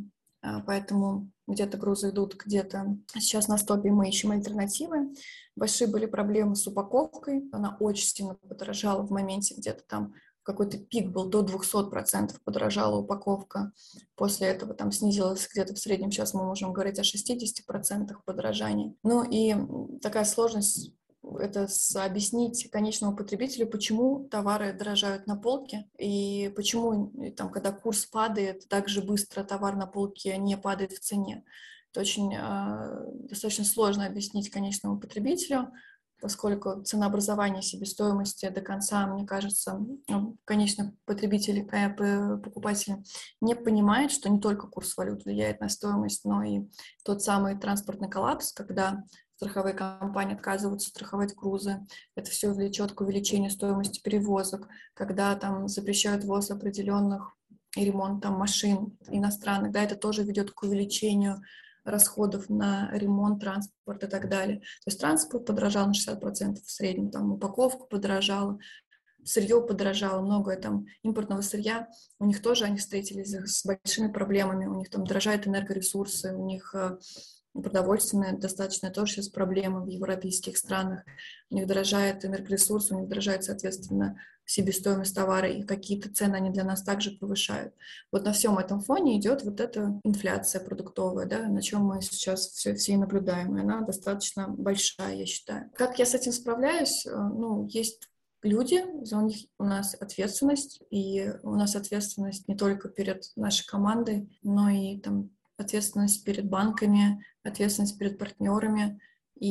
Поэтому где-то грузы идут, где-то сейчас на стопе мы ищем альтернативы. Большие были проблемы с упаковкой. Она очень сильно подорожала в моменте, где-то там какой-то пик был, до двухсот процентов подорожала упаковка. После этого там снизилась где-то в среднем, сейчас мы можем говорить о шестидесяти процентах подорожания. Ну и такая сложность это с, объяснить конечному потребителю, почему товары дорожают на полке и почему, там, когда курс падает, так же быстро товар на полке не падает в цене. Это очень э, достаточно сложно объяснить конечному потребителю, поскольку ценообразование себестоимости до конца, мне кажется, ну, конечно, потребители, покупатели не понимают, что не только курс валют влияет на стоимость, но и тот самый транспортный коллапс, когда страховые компании отказываются страховать грузы. Это все влечет к увеличению стоимости перевозок, когда там запрещают ввоз определенных и ремонт там, машин иностранных, да, это тоже ведет к увеличению расходов на ремонт, транспорт и так далее. То есть транспорт подорожал на шестьдесят процентов в среднем, там упаковка подорожала, сырье подорожало, многое там импортного сырья. У них тоже они встретились с большими проблемами, у них там дорожают энергоресурсы, у них продовольственная достаточно тоже сейчас проблема в европейских странах. У них дорожает энергоресурс, у них дорожает, соответственно, себестоимость товара, и какие-то цены они для нас также повышают. Вот на всем этом фоне идет вот эта инфляция продуктовая, да, на чем мы сейчас все, все и наблюдаем, и она достаточно большая, я считаю. Как я с этим справляюсь? Ну, есть люди, за них у нас ответственность, и у нас ответственность не только перед нашей командой, но и там ответственность перед банками, ответственность перед партнерами,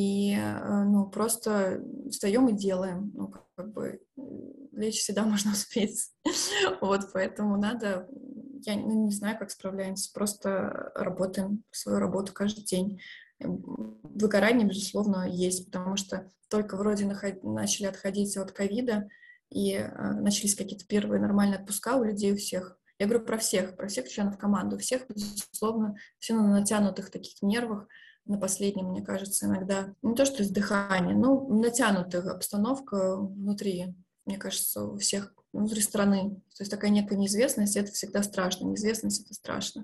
и ну, просто встаем и делаем. Ну, как бы лечь всегда можно успеть. Вот, поэтому надо, я ну, не знаю, как справляемся, просто работаем свою работу каждый день. Выгорание, безусловно, есть, потому что только вроде наход... начали отходить от ковида, и э, начались какие-то первые нормальные отпуска у людей, у всех. Я говорю про всех, про всех членов команды. У всех, безусловно, все на натянутых таких нервах, на последнем, мне кажется, иногда, не то что издыхание, но натянутая обстановка внутри, мне кажется, у всех внутри страны. То есть такая некая неизвестность, это всегда страшно. Неизвестность — это страшно.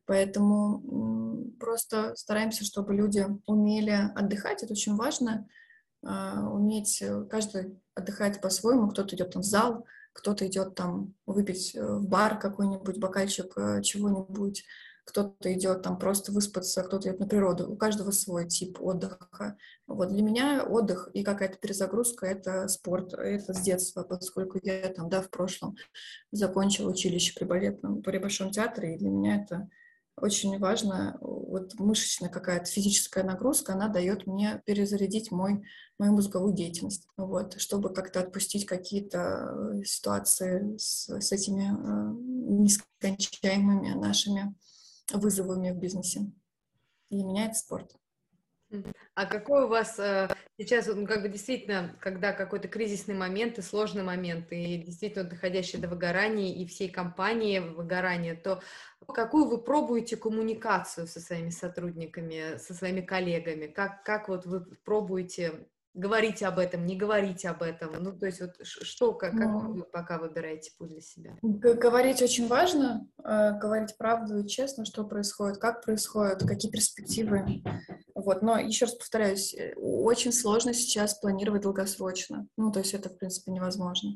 Поэтому просто стараемся, чтобы люди умели отдыхать, это очень важно. Уметь, каждый отдыхает по-своему, кто-то идет там в зал, кто-то идет там выпить в бар какой-нибудь бокальчик чего-нибудь, кто-то идет там просто выспаться, кто-то идет на природу. У каждого свой тип отдыха. Вот для меня отдых и какая-то перезагрузка — это спорт, это с детства, поскольку я там, да, в прошлом закончила училище при балетном, при Большом театре, и для меня это очень важно. Вот мышечная какая-то физическая нагрузка, она дает мне перезарядить мой, мою мозговую деятельность, вот, чтобы как-то отпустить какие-то ситуации с, с этими э, нескончаемыми нашими вызовами в бизнесе. Для меня это спорт. А какой у вас э, сейчас, ну, как бы действительно, когда какой-то кризисный момент и сложный момент, и действительно доходящий до выгорания, и всей компании выгорания, то какую вы пробуете коммуникацию со своими сотрудниками, со своими коллегами? Как, как вот вы пробуете говорить об этом, не говорить об этом? Ну, то есть вот что, как, как Ну, вы пока выбираете путь для себя? Говорить очень важно, э, говорить правду и честно, что происходит, как происходит, какие перспективы. Вот. Но еще раз повторяюсь, очень сложно сейчас планировать долгосрочно. Ну, то есть это, в принципе, невозможно.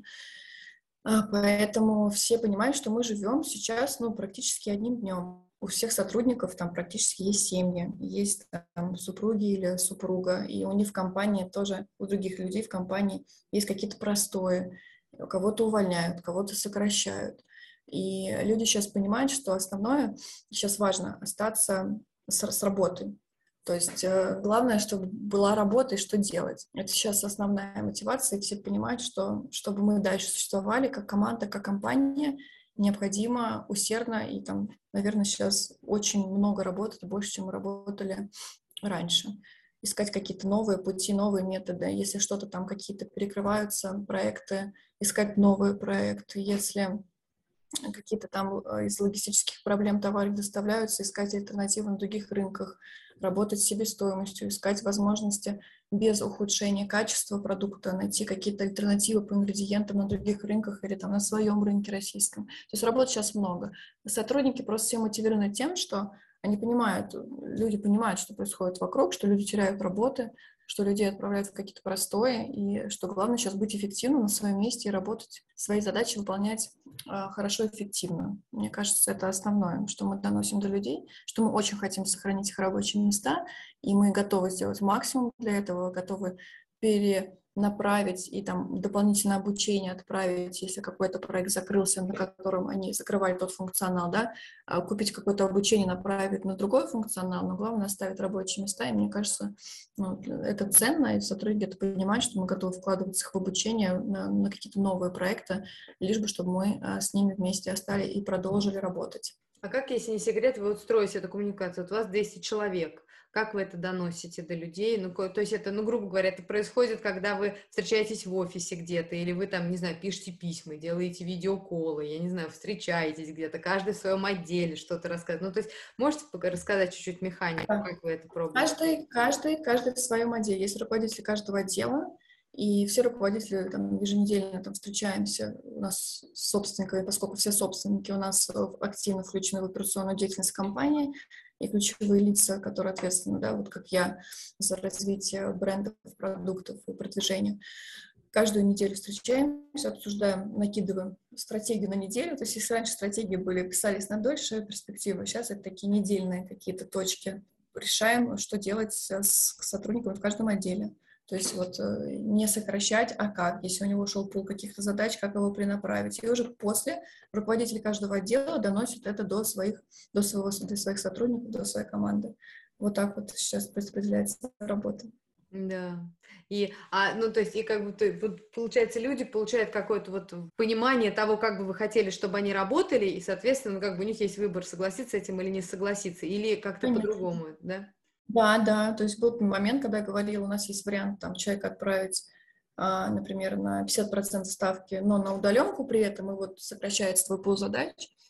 Поэтому все понимают, что мы живем сейчас, ну, практически одним днем. У всех сотрудников там практически есть семьи, есть там супруги или супруга, и у них в компании тоже, у других людей в компании есть какие-то простои. Кого-то увольняют, кого-то сокращают. И люди сейчас понимают, что основное, сейчас важно остаться с, с работой. То есть э, главное, чтобы была работа и что делать. Это сейчас основная мотивация, и все понимают, что чтобы мы дальше существовали как команда, как компания, необходимо усердно и там, наверное, сейчас очень много работать, больше, чем мы работали раньше. искать какие-то новые пути, новые методы. Если что-то там, какие-то перекрываются проекты, искать новые проекты. Если какие-то там из логистических проблем товары доставляются, искать альтернативы на других рынках, работать с себестоимостью, искать возможности без ухудшения качества продукта, найти какие-то альтернативы по ингредиентам на других рынках или там на своем рынке российском. То есть работы сейчас много. Сотрудники просто все мотивированы тем, что они понимают, люди понимают, что происходит вокруг, что люди теряют работы, что людей отправляют в какие-то простои, и что главное сейчас быть эффективным на своем месте и работать, свои задачи выполнять э, хорошо и эффективно. Мне кажется, это основное, что мы доносим до людей, что мы очень хотим сохранить их рабочие места, и мы готовы сделать максимум для этого, готовы перенаправить и там дополнительное обучение отправить, если какой-то проект закрылся, на котором они закрывали тот функционал, да, купить какое-то обучение, направить на другой функционал, но главное оставить рабочие места, и мне кажется, ну, это ценно, и сотрудники это понимают, что мы готовы вкладываться в обучение на, на какие-то новые проекты, лишь бы, чтобы мы а, с ними вместе остались и продолжили работать. А как, если не секрет, вы вот строите эту коммуникацию? Вот у вас двести человек. Как вы это доносите до людей? Ну, то есть это, ну, грубо говоря, это происходит, когда вы встречаетесь в офисе где-то, или вы там, не знаю, пишете письма, делаете видеоколы, я не знаю, встречаетесь где-то, каждый в своем отделе что-то рассказывает. Ну, то есть можете рассказать чуть-чуть механику, Да. как вы это пробуете? Каждый, каждый, каждый в своем отделе. Есть руководители каждого отдела, и все руководители там, еженедельно там, встречаемся у нас с собственниками, поскольку все собственники у нас активно включены в операционную деятельность компании, и ключевые лица, которые ответственны, да, вот как я, за развитие брендов, продуктов и продвижение. Каждую неделю встречаемся, обсуждаем, накидываем стратегию на неделю. То есть если раньше стратегии были, писались на дольшую перспективу, сейчас это такие недельные какие-то точки. Решаем, что делать с сотрудниками в каждом отделе. То есть вот не сокращать, а как, если у него ушел пул каких-то задач, как его перенаправить. И уже после руководитель каждого отдела доносит это до своих, до своего, до своих сотрудников, до своей команды. Вот так вот сейчас распределяется работа. Да. И, а, ну, то есть, и как бы, то, вот, получается, люди получают какое-то вот понимание того, как бы вы хотели, чтобы они работали, и, соответственно, как бы у них есть выбор, согласиться с этим или не согласиться, или как-то по-другому, да? Да, да, то есть был момент, когда я говорила, у нас есть вариант там человека отправить, а, например, на пятьдесят процентов ставки, но на удаленку при этом, и вот сокращается твой пул задач,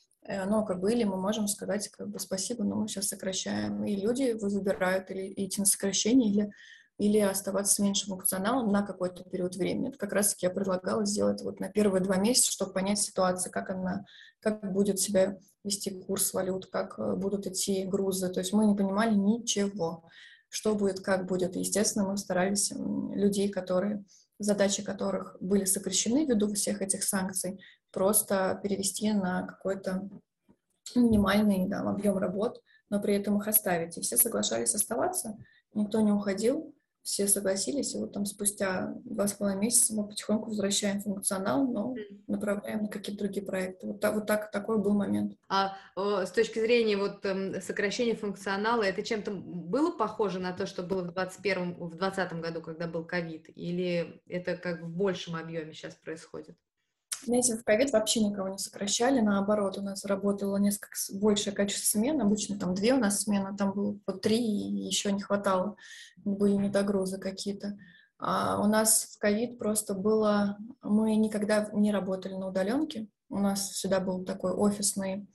но как бы или мы можем сказать как бы спасибо, но мы сейчас сокращаем, и люди выбирают или идти на сокращение, или, или оставаться с меньшим функционалом на какой-то период времени. Это как раз-таки я предлагала сделать вот на первые два месяца, чтобы понять ситуацию, как она, как будет себя вести курс валют, как будут идти грузы. То есть мы не понимали ничего, что будет, как будет. И, естественно, мы старались людей, которые, задачи которых были сокращены ввиду всех этих санкций, просто перевести на какой-то минимальный да, объем работ, но при этом их оставить. И все соглашались оставаться, никто не уходил, все согласились, и вот там спустя два с половиной месяца мы потихоньку возвращаем функционал, но направляем на какие-то другие проекты. Вот, так, вот так, такой был момент. А о, с точки зрения вот э, сокращения функционала, это чем-то было похоже на то, что было в двадцать первом, в двадцатом году, когда был ковид, или это как в большем объеме сейчас происходит? Знаете, в ковид вообще никого не сокращали, наоборот, у нас работало несколько большее количество смен, обычно там две у нас смены, там было по три, и еще не хватало, были недогрузы какие-то. А у нас в ковид просто было, мы никогда не работали на удаленке, у нас всегда был такой офисный,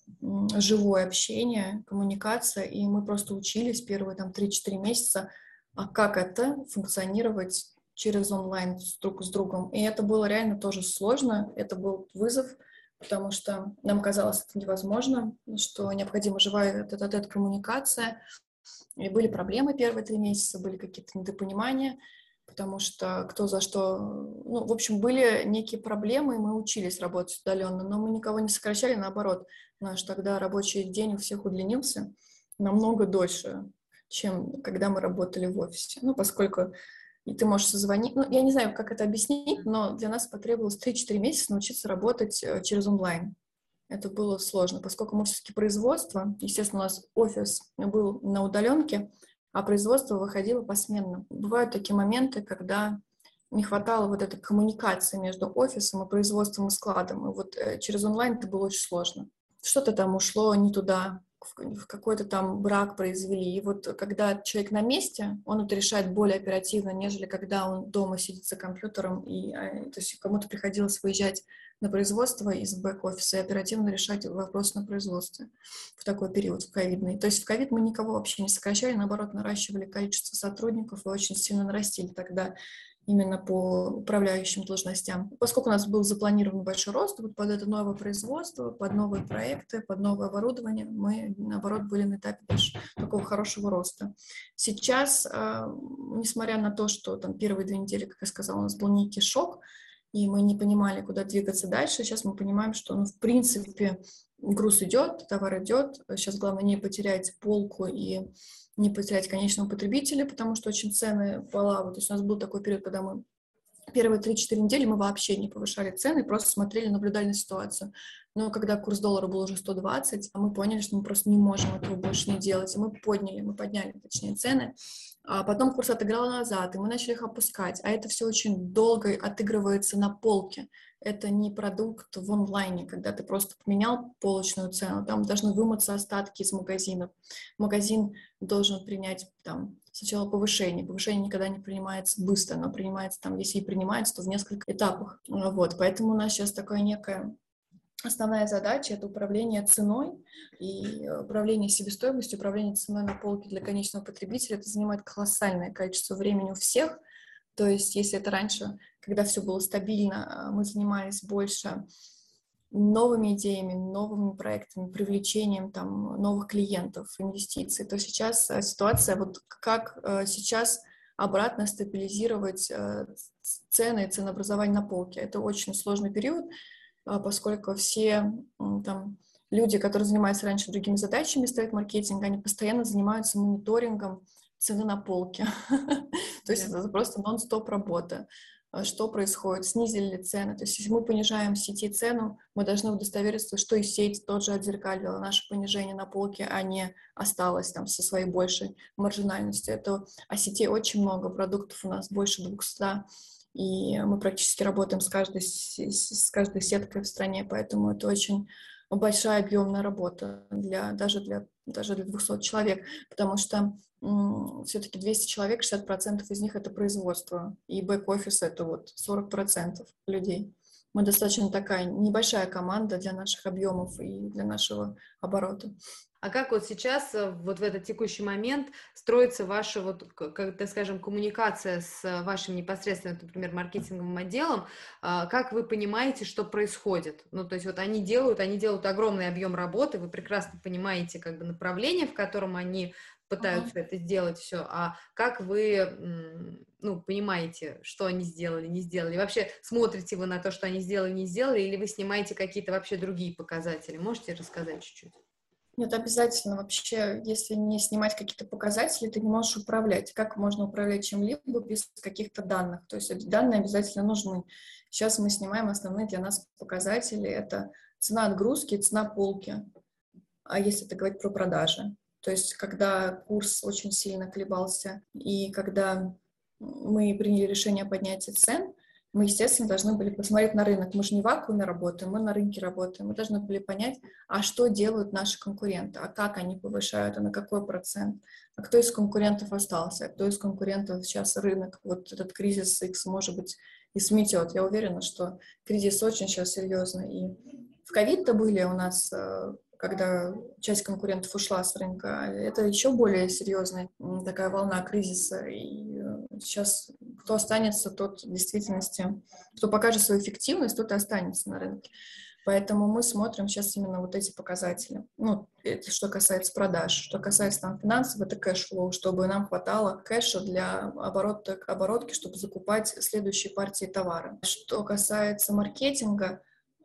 живое общение, коммуникация, и мы просто учились первые там три-четыре месяца, а как это функционировать через онлайн друг с другом. И это было реально тоже сложно, это был вызов, потому что нам казалось это невозможно, что необходима живая тет-а-тет коммуникация. И были проблемы первые три месяца, были какие-то недопонимания, потому что кто за что... Ну, в общем, были некие проблемы, и мы учились работать удаленно, но мы никого не сокращали, наоборот. Наш тогда рабочий день у всех удлинился намного дольше, чем когда мы работали в офисе. Ну, поскольку и ты можешь созвонить. Ну, я не знаю, как это объяснить, но для нас потребовалось три-четыре месяца научиться работать через онлайн. Это было сложно, поскольку мы все-таки производство, естественно, у нас офис был на удаленке, а производство выходило посменно. Бывают такие моменты, когда не хватало вот этой коммуникации между офисом и производством и складом. И вот через онлайн это было очень сложно. Что-то там ушло не туда, в какой-то там брак произвели. И вот когда человек на месте, он это решает более оперативно, нежели когда он дома сидит за компьютером, и, то есть кому-то приходилось выезжать на производство из бэк-офиса и оперативно решать вопрос на производстве в такой период, в ковидный. То есть в ковид мы никого вообще не сокращали, наоборот, наращивали количество сотрудников и очень сильно нарастили тогда именно по управляющим должностям. Поскольку у нас был запланирован большой рост, вот под это новое производство, под новые проекты, под новое оборудование, мы, наоборот, были на этапе даже такого хорошего роста. Сейчас, несмотря на то, что там первые две недели, как я сказала, у нас был некий шок, и мы не понимали, куда двигаться дальше, сейчас мы понимаем, что, ну, в принципе, груз идет, товар идет, сейчас главное не потерять полку и не потерять конечного потребителя, потому что очень цены плавают. То есть у нас был такой период, когда мы первые три-четыре недели мы вообще не повышали цены, просто смотрели, наблюдали на ситуацию. Но когда курс доллара был уже сто двадцать, мы поняли, что мы просто не можем этого больше не делать. И мы подняли, мы подняли, точнее, цены. А потом курс отыграл назад, и мы начали их опускать. А это все очень долго отыгрывается на полке. Это не продукт в онлайне, когда ты просто поменял полочную цену. Там должны вымыться остатки из магазинов. Магазин должен принять там сначала повышение. Повышение никогда не принимается быстро, оно принимается там, если и принимается, то в нескольких этапах. Вот, поэтому у нас сейчас такая некая основная задача — это управление ценой и управление себестоимостью, управление ценой на полке для конечного потребителя. Это занимает колоссальное количество времени у всех. То есть если это раньше, когда все было стабильно, мы занимались больше новыми идеями, новыми проектами, привлечением там новых клиентов, инвестиций, то сейчас ситуация, вот как сейчас обратно стабилизировать цены и ценообразование на полке. Это очень сложный период, поскольку все там люди, которые занимаются раньше другими задачами, стрейт-маркетинга, они постоянно занимаются мониторингом цены на полке. То есть это просто нон-стоп работа. Что происходит, снизили ли цены. То есть если мы понижаем в сети цену, мы должны удостовериться, что и сеть тот же отзеркалила наше понижение на полке, а не осталось там со своей большей маржинальностью. Это, а сетей очень много, продуктов у нас больше двухсот, и мы практически работаем с каждой, с каждой сеткой в стране, поэтому это очень большая объемная работа для, даже, для, даже для двухсот человек, потому что м- все-таки двести человек, шестьдесят процентов из них — это производство, и бэк-офис — это вот сорок процентов людей. Мы достаточно такая небольшая команда для наших объемов и для нашего оборота. А как вот сейчас, вот в этот текущий момент, строится ваша, вот, как, так скажем, коммуникация с вашим непосредственно, например, маркетинговым отделом? Как вы понимаете, что происходит? Ну, то есть вот они делают, они делают огромный объем работы, вы прекрасно понимаете как бы направление, в котором они пытаются uh-huh. это сделать все, а как вы, ну, понимаете, что они сделали, не сделали? Вообще смотрите вы на то, что они сделали, не сделали, или вы снимаете какие-то вообще другие показатели? Можете рассказать чуть-чуть? Нет, обязательно. Вообще, если не снимать какие-то показатели, ты не можешь управлять. Как можно управлять чем-либо без каких-то данных? То есть эти данные обязательно нужны. Сейчас мы снимаем основные для нас показатели. Это цена отгрузки и цена полки. А если это говорить про продажи? То есть когда курс очень сильно колебался и когда мы приняли решение о поднятии цен, мы, естественно, должны были посмотреть на рынок. Мы же не в вакууме работаем, мы на рынке работаем. Мы должны были понять, а что делают наши конкуренты, а как они повышают, а на какой процент, а кто из конкурентов остался, а кто из конкурентов сейчас рынок, вот этот кризис X, может быть, и сметет. Я уверена, что кризис очень сейчас серьезный. И в ковид-то были у нас, когда часть конкурентов ушла с рынка, это еще более серьезная такая волна кризиса. И сейчас кто останется, тот в действительности, кто покажет свою эффективность, тот и останется на рынке. Поэтому мы смотрим сейчас именно вот эти показатели. Ну, это что касается продаж. Что касается там финансов, это кэш-флоу, чтобы нам хватало кэша для оборота, оборотки, чтобы закупать следующие партии товара. Что касается маркетинга,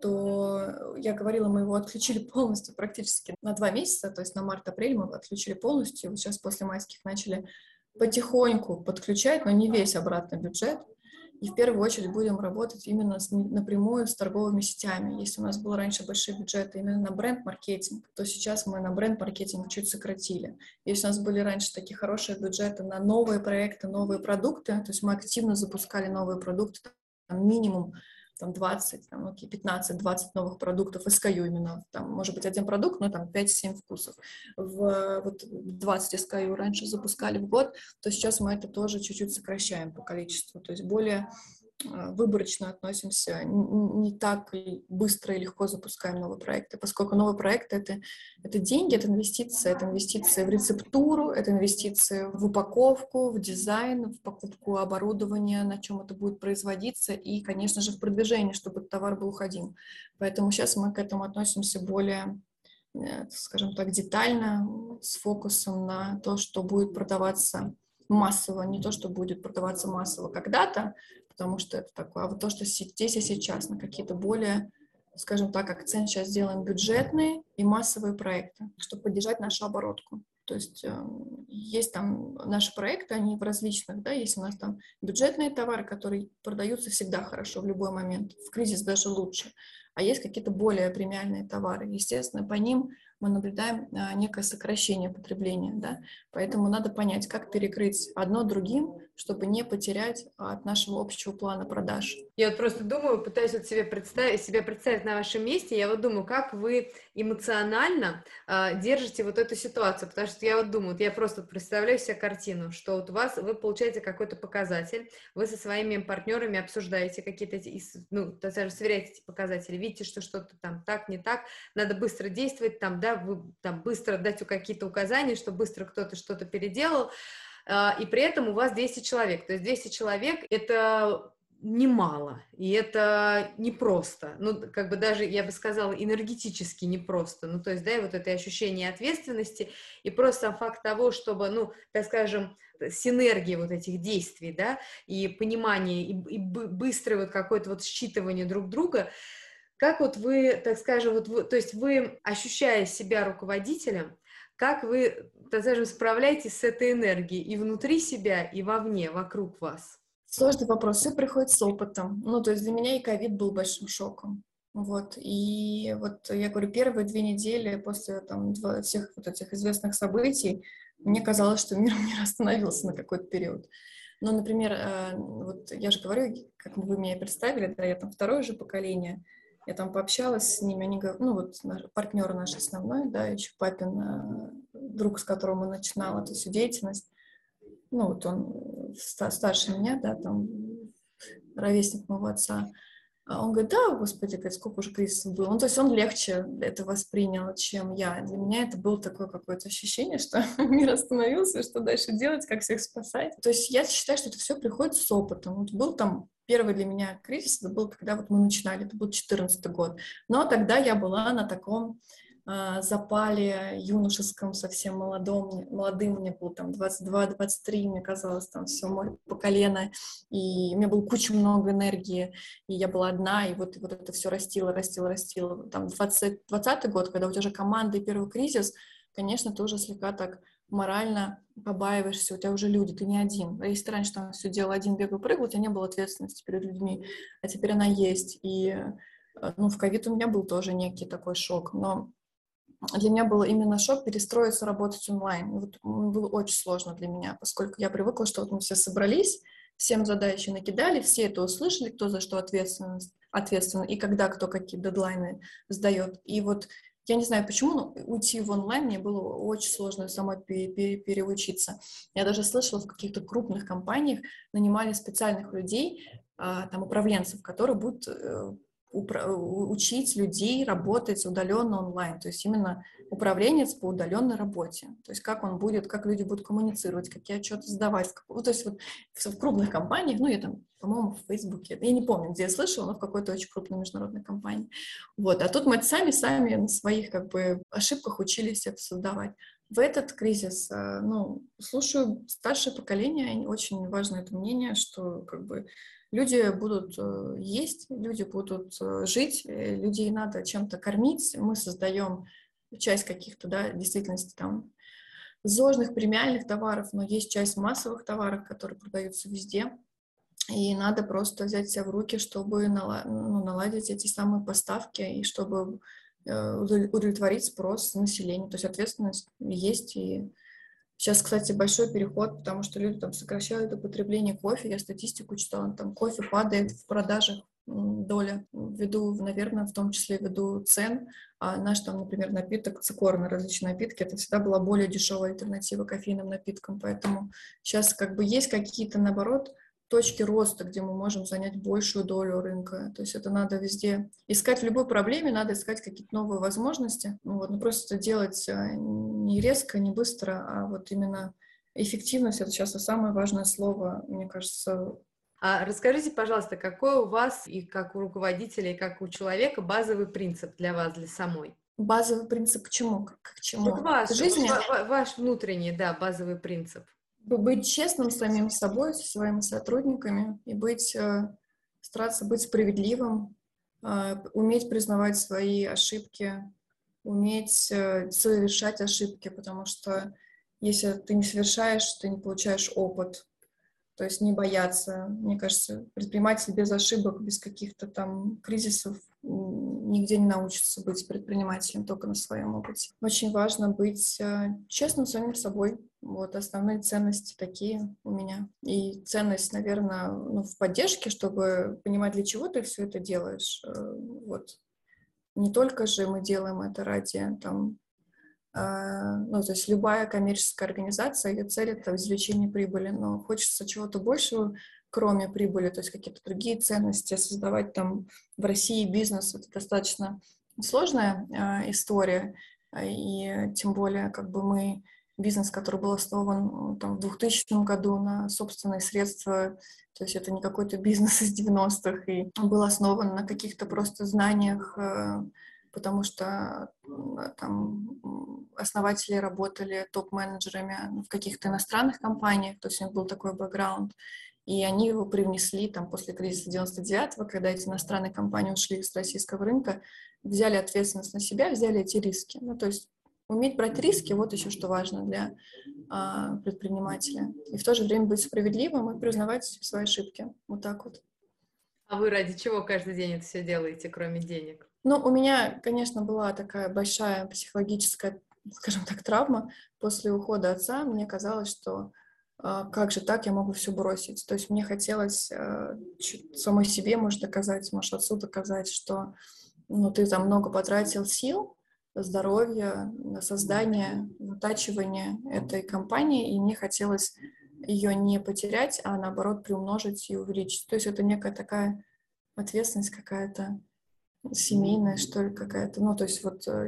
то я говорила, мы его отключили полностью практически на два месяца, то есть на март-апрель мы его отключили полностью. Вот сейчас после майских начали потихоньку подключать, но не весь обратный бюджет. И в первую очередь будем работать именно с, напрямую с торговыми сетями. Если у нас был раньше большие бюджеты именно на бренд-маркетинг, то сейчас мы на бренд-маркетинг чуть сократили. Если у нас были раньше такие хорошие бюджеты на новые проекты, новые продукты, то есть мы активно запускали новые продукты, там, минимум там двадцать, там, окей, пятнадцать-двадцать новых продуктов эс кей ю именно, там, может быть, один продукт, но там пять-семь вкусов. В, вот двадцать эс кей ю раньше запускали в год, то сейчас мы это тоже чуть-чуть сокращаем по количеству, то есть более выборочно относимся, не так быстро и легко запускаем новые проекты, поскольку новые проекты — это, это деньги, это инвестиции, это инвестиции в рецептуру, это инвестиции в упаковку, в дизайн, в покупку оборудования, на чем это будет производиться, и, конечно же, в продвижение, чтобы этот товар был уходим. Поэтому сейчас мы к этому относимся более, скажем так, детально, с фокусом на то, что будет продаваться массово, не то, что будет продаваться массово когда-то, потому что это такое, а вот то, что здесь и сейчас, на какие-то более, скажем так, акцент сейчас делаем бюджетные и массовые проекты, чтобы поддержать нашу оборотку. То есть э, есть там наши проекты, они в различных, да, есть у нас там бюджетные товары, которые продаются всегда хорошо в любой момент, в кризис даже лучше, а есть какие-то более премиальные товары. Естественно, по ним мы наблюдаем а, некое сокращение потребления, да, поэтому надо понять, как перекрыть одно другим, чтобы не потерять от нашего общего плана продаж. Я вот просто думаю, пытаюсь вот себе представить, себя представить на вашем месте, я вот думаю, как вы эмоционально э, держите вот эту ситуацию, потому что я вот думаю, вот я просто представляю себе картину, что вот у вас, вы получаете какой-то показатель, вы со своими партнерами обсуждаете какие-то эти, ну, даже сверяете эти показатели, видите, что что-то там так, не так, надо быстро действовать, там, да, вы там быстро дать какие-то указания, чтобы быстро кто-то что-то переделал, э, и при этом у вас двести человек, то есть двести человек — это немало, и это непросто, ну, как бы даже, я бы сказала, энергетически непросто, ну, то есть, да, и вот это ощущение ответственности, и просто сам факт того, чтобы, ну, так скажем, синергия вот этих действий, да, и понимание, и, и быстрое вот какое-то вот считывание друг друга, как вот вы, так скажем, вот вы, то есть вы, ощущая себя руководителем, как вы, так скажем, справляетесь с этой энергией и внутри себя, и вовне, вокруг вас? Сложный вопрос, все приходит с опытом. Ну, то есть для меня и ковид был большим шоком. Вот, и вот я говорю, первые две недели после там всех вот этих известных событий мне казалось, что мир, мир остановился на какой-то период. Ну, например, вот я же говорю, как вы меня представили, да, я там второе же поколение, я там пообщалась с ними, они говорят, ну, вот наш, партнер наш основной, да, еще папин друг, с которого мы начинала эту всю деятельность, ну, вот он старше меня, да, там, ровесник моего отца, а он говорит, да, господи, говорит, сколько уже кризисов было. Ну, то есть он легче это воспринял, чем я. Для меня это было такое какое-то ощущение, что мир остановился, что дальше делать, как всех спасать. То есть я считаю, что это все приходит с опытом. Вот был там первый для меня кризис, это был, когда вот мы начинали, это был четырнадцатый год. Но тогда я была на таком запале юношеском, совсем молодом, молодым, мне было там двадцать два двадцать три, мне казалось, там все по колено, и у меня было куча много энергии, и я была одна, и вот, и вот это все растило, растило, растило. Там двадцатый год, когда у тебя уже команда и первый кризис, конечно, ты уже слегка так морально побаиваешься, у тебя уже люди, ты не один. А если ты раньше там все делал один, бегал, прыгал, у тебя не было ответственности перед людьми, а теперь она есть. И ну, в ковид у меня был тоже некий такой шок, но для меня был именно шок перестроиться, работать онлайн. Вот было очень сложно для меня, поскольку я привыкла, что вот мы все собрались, всем задачи накидали, все это услышали, кто за что ответственность, ответственен, и когда кто какие дедлайны сдает. И вот я не знаю почему, но уйти в онлайн мне было очень сложно самой переучиться. Я даже слышала, в каких-то крупных компаниях нанимали специальных людей, там, управленцев, которые будут учить людей работать удаленно онлайн, то есть именно управленец по удаленной работе, то есть как он будет, как люди будут коммуницировать, какие отчеты сдавать, ну, то есть вот в крупных компаниях, ну, я там, по-моему, в Фейсбуке, я не помню, где я слышала, но в какой-то очень крупной международной компании, вот, а тут мы сами-сами на своих, как бы, ошибках учились это создавать. В этот кризис, ну, слушаю старшее поколение, очень важно это мнение, что, как бы, люди будут есть, люди будут жить, людей надо чем-то кормить. Мы создаем часть каких-то, да, действительности там зожных, премиальных товаров, но есть часть массовых товаров, которые продаются везде. И надо просто взять себя в руки, чтобы наладить эти самые поставки и чтобы удовлетворить спрос населения. То есть ответственность есть. И сейчас, кстати, большой переход, потому что люди там сокращают употребление кофе. Я статистику читала, там кофе падает в продажах доля ввиду, наверное, в том числе ввиду цен. А наш там, например, напиток, цикорные различные напитки, это всегда была более дешевая альтернатива кофейным напиткам. Поэтому сейчас как бы есть какие-то, наоборот, точки роста, где мы можем занять большую долю рынка. То есть это надо везде искать, в любой проблеме надо искать какие-то новые возможности. Ну, вот, ну, просто делать не резко, не быстро, а вот именно эффективность — это сейчас самое важное слово, мне кажется. А расскажите, пожалуйста, какой у вас и как у руководителя, и как у человека базовый принцип для вас, для самой? Базовый принцип к чему? К, к чему? Вот ваш, К жизни? ва- ваш внутренний, да, базовый принцип. Быть честным с самим собой, со своими сотрудниками и быть, э, стараться быть справедливым, э, уметь признавать свои ошибки, уметь э, совершать ошибки, потому что если ты не совершаешь, ты не получаешь опыт. То есть не бояться. Мне кажется, предприниматель без ошибок, без каких-то там кризисов м, нигде не научится быть предпринимателем, только на своем опыте. Очень важно быть э, честным с самим собой. Вот основные ценности такие у меня. И ценность, наверное, ну, в поддержке, чтобы понимать, для чего ты все это делаешь. Э, вот. Не только же мы делаем это ради там, ну, то есть любая коммерческая организация, ее цель — это извлечение прибыли, но хочется чего-то большего, кроме прибыли, то есть какие-то другие ценности, создавать там в России бизнес — это достаточно сложная э, история, и тем более как бы мы бизнес, который был основан там, в двухтысячном году на собственные средства, то есть это не какой-то бизнес из девяностых, и был основан на каких-то просто знаниях, э, потому что там основатели работали топ-менеджерами в каких-то иностранных компаниях, то есть у них был такой бэкграунд, и они его привнесли там после кризиса девяносто девятого, когда эти иностранные компании ушли с российского рынка, взяли ответственность на себя, взяли эти риски. Ну, то есть уметь брать риски — вот еще что важно для а, предпринимателя. И в то же время быть справедливым и признавать свои ошибки. Вот так вот. А вы ради чего каждый день это все делаете, кроме денег? Ну, у меня, конечно, была такая большая психологическая, скажем так, травма после ухода отца. Мне казалось, что а, как же так, я могу все бросить. То есть мне хотелось а, чуть самой себе, может, доказать, может, отцу доказать, что ну, ты там много потратил сил, здоровья на создание, вытачивание этой компании, и мне хотелось ее не потерять, а наоборот приумножить и увеличить. То есть это некая такая ответственность какая-то, семейная, что ли, какая-то. Ну, то есть вот э,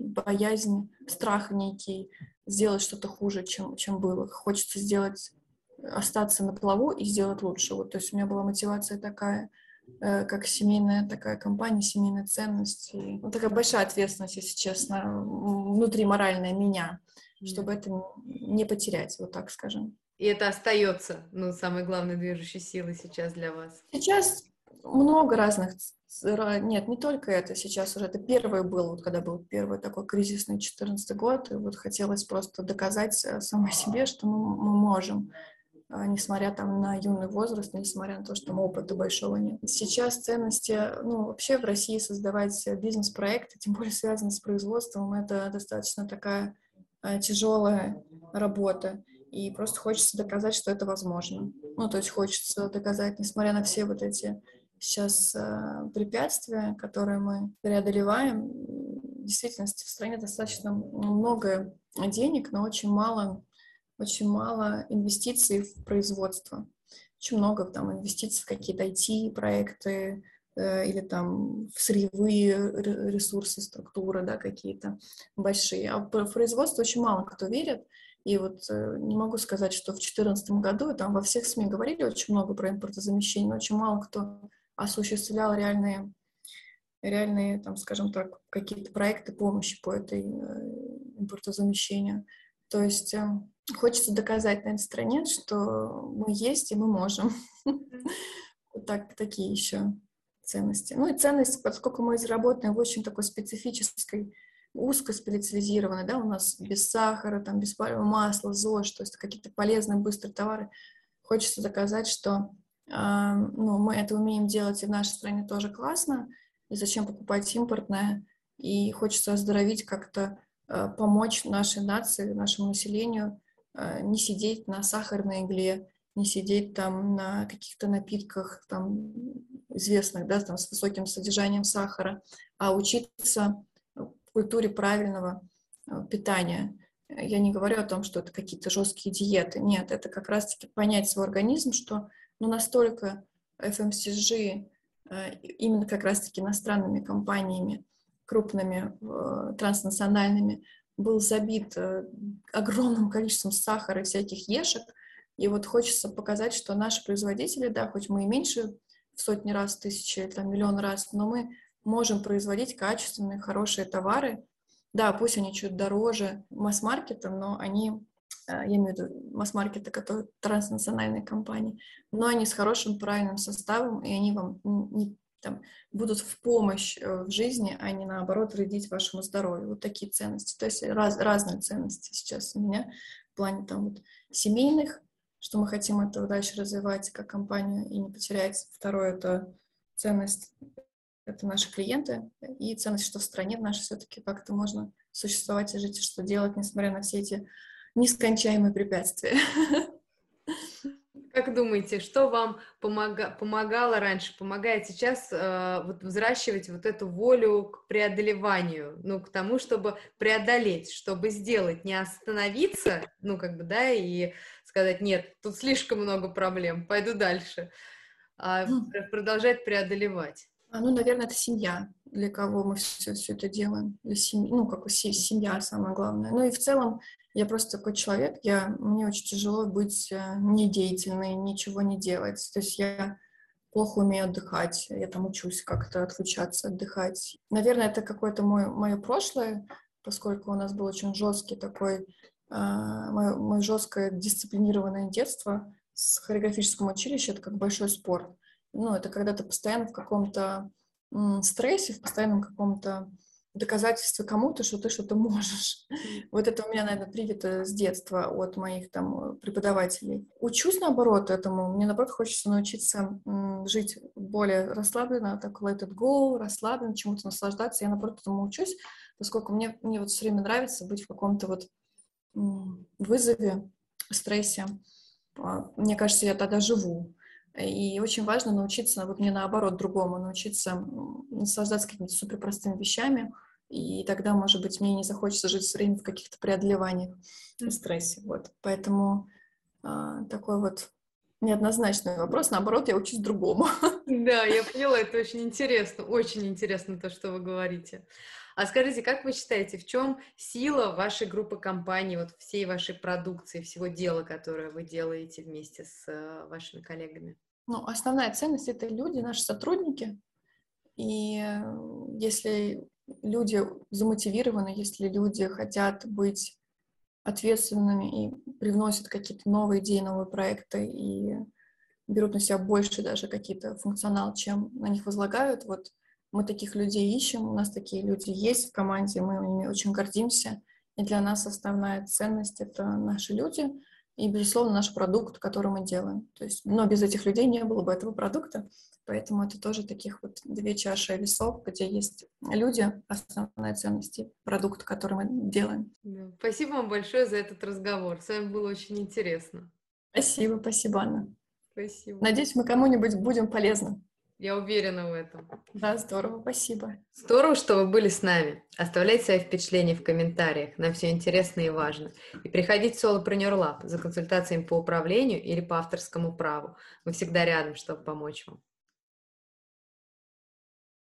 боязнь, страх некий сделать что-то хуже, чем, чем было. Хочется сделать, остаться на плаву и сделать лучше. Вот, то есть у меня была мотивация такая, э, как семейная такая компания, семейная ценность. И, ну, такая большая ответственность, если честно, внутри моральная меня, чтобы это не потерять, вот так скажем. И это остается, ну, самой главной движущей силой сейчас для вас. Сейчас много разных, нет, не только это, сейчас уже это первый был, вот когда был первый такой кризисный четырнадцатый год, и вот хотелось просто доказать самой себе, что мы, мы можем, несмотря там на юный возраст, несмотря на то, что там опыта большого нет. Сейчас ценности, ну, вообще в России создавать бизнес-проекты, тем более связанные с производством, это достаточно такая тяжелая работа. И просто хочется доказать, что это возможно. Ну, то есть хочется доказать, несмотря на все вот эти сейчас э, препятствия, которые мы преодолеваем, в действительности в стране достаточно много денег, но очень мало, очень мало инвестиций в производство. Очень много там инвестиций в какие-то ай ти-проекты э, или там в сырьевые ресурсы, структуры, да, какие-то большие. А в производство очень мало кто верит. И вот э, не могу сказать, что в две тысячи четырнадцатом году, там во всех СМИ говорили очень много про импортозамещение, но очень мало кто осуществлял реальные, реальные, там, скажем так, какие-то проекты помощи по этой э, импортозамещению. То есть э, хочется доказать на этой стране, что мы есть и мы можем. Вот так, такие еще ценности. Ну и ценность, поскольку мы работаем в очень такой специфической, узкоспециализированной, да, у нас без сахара, там, без пальмового масла, ЗОЖ, то есть какие-то полезные, быстрые товары. Хочется доказать, что э, ну, мы это умеем делать и в нашей стране тоже классно, и зачем покупать импортное, и хочется оздоровить как-то, э, помочь нашей нации, нашему населению э, не сидеть на сахарной игле, не сидеть там на каких-то напитках, там, известных, да, там, с высоким содержанием сахара, а учиться культуре правильного питания. Я не говорю о том, что это какие-то жесткие диеты. Нет, это как раз-таки понять свой организм, что ну, настолько эф эм си джи именно как раз-таки иностранными компаниями, крупными, транснациональными, был забит огромным количеством сахара и всяких ешек. И вот хочется показать, что наши производители, да, хоть мы и меньше в сотни раз, тысячи, там, миллион раз, но мы можем производить качественные, хорошие товары. Да, пусть они чуть дороже масс-маркета, но они, я имею в виду масс-маркеты, которые транснациональные компании, но они с хорошим, правильным составом, и они вам не, там, будут в помощь в жизни, а не, наоборот, вредить вашему здоровью. Вот такие ценности. То есть раз, разные ценности сейчас у меня в плане там, вот, семейных, что мы хотим это дальше развивать как компанию и не потерять. Второе — это ценность. Это наши клиенты, и ценность, что в стране в нашей все-таки как-то можно существовать и жить, и что делать, несмотря на все эти нескончаемые препятствия. Как думаете, что вам помога- помогало раньше, помогает сейчас э, вот взращивать вот эту волю к преодолеванию, ну, к тому, чтобы преодолеть, чтобы сделать, не остановиться, ну, как бы, да, и сказать, нет, тут слишком много проблем, пойду дальше, а продолжать преодолевать? Ну, наверное, это семья, для кого мы все, все это делаем. Для семьи, ну, как семья самое главное. Ну и в целом я просто такой человек, я, мне очень тяжело быть недеятельной, ничего не делать. То есть я плохо умею отдыхать, я там учусь как-то отключаться, отдыхать. Наверное, это какое-то мое, мое прошлое, поскольку у нас был очень жесткий такой, э, мое, мое жесткое дисциплинированное детство с хореографическом училищем, это как большой спорт. Ну, это когда ты постоянно в каком-то м, стрессе, в постоянном каком-то доказательстве кому-то, что ты что-то можешь. Вот это у меня, наверное, привито с детства от моих там преподавателей. Учусь, наоборот, этому. Мне, наоборот, хочется научиться м, жить более расслабленно, так let it go, расслабленно, чему-то наслаждаться. Я, наоборот, этому учусь, поскольку мне, мне вот все время нравится быть в каком-то вот м, вызове, стрессе. А, Мне кажется, я тогда живу. И очень важно научиться, вот мне наоборот, другому, научиться м, наслаждаться какими-то суперпростыми вещами, и тогда, может быть, мне не захочется жить все время в каких-то преодолеваниях и стрессе. Вот. Поэтому а, такой вот неоднозначный вопрос. Наоборот, я учусь другому. Да, я поняла, это очень интересно, очень интересно то, что вы говорите. А скажите, как вы считаете, в чем сила вашей группы компаний, вот всей вашей продукции, всего дела, которое вы делаете вместе с э, вашими коллегами? Ну, основная ценность — это люди, наши сотрудники. И э, если люди замотивированы, если люди хотят быть ответственными и привносят какие-то новые идеи, новые проекты и берут на себя больше даже какие-то функционал, чем на них возлагают. Вот мы таких людей ищем, у нас такие люди есть в команде, мы ими очень гордимся. И для нас основная ценность — это наши люди и, безусловно, наш продукт, который мы делаем. То есть, но без этих людей не было бы этого продукта, поэтому это тоже таких вот две чаши весов, где есть люди, основная ценность и продукт, который мы делаем. Да. Спасибо вам большое за этот разговор. С вами было очень интересно. Спасибо, спасибо, Анна. Спасибо. Надеюсь, мы кому-нибудь будем полезны. Я уверена в этом. Да, здорово, спасибо. Здорово, что вы были с нами. Оставляйте свои впечатления в комментариях. Нам все интересно и важно. И приходите в Solopreneur Lab за консультациями по управлению или по авторскому праву. Мы всегда рядом, чтобы помочь вам.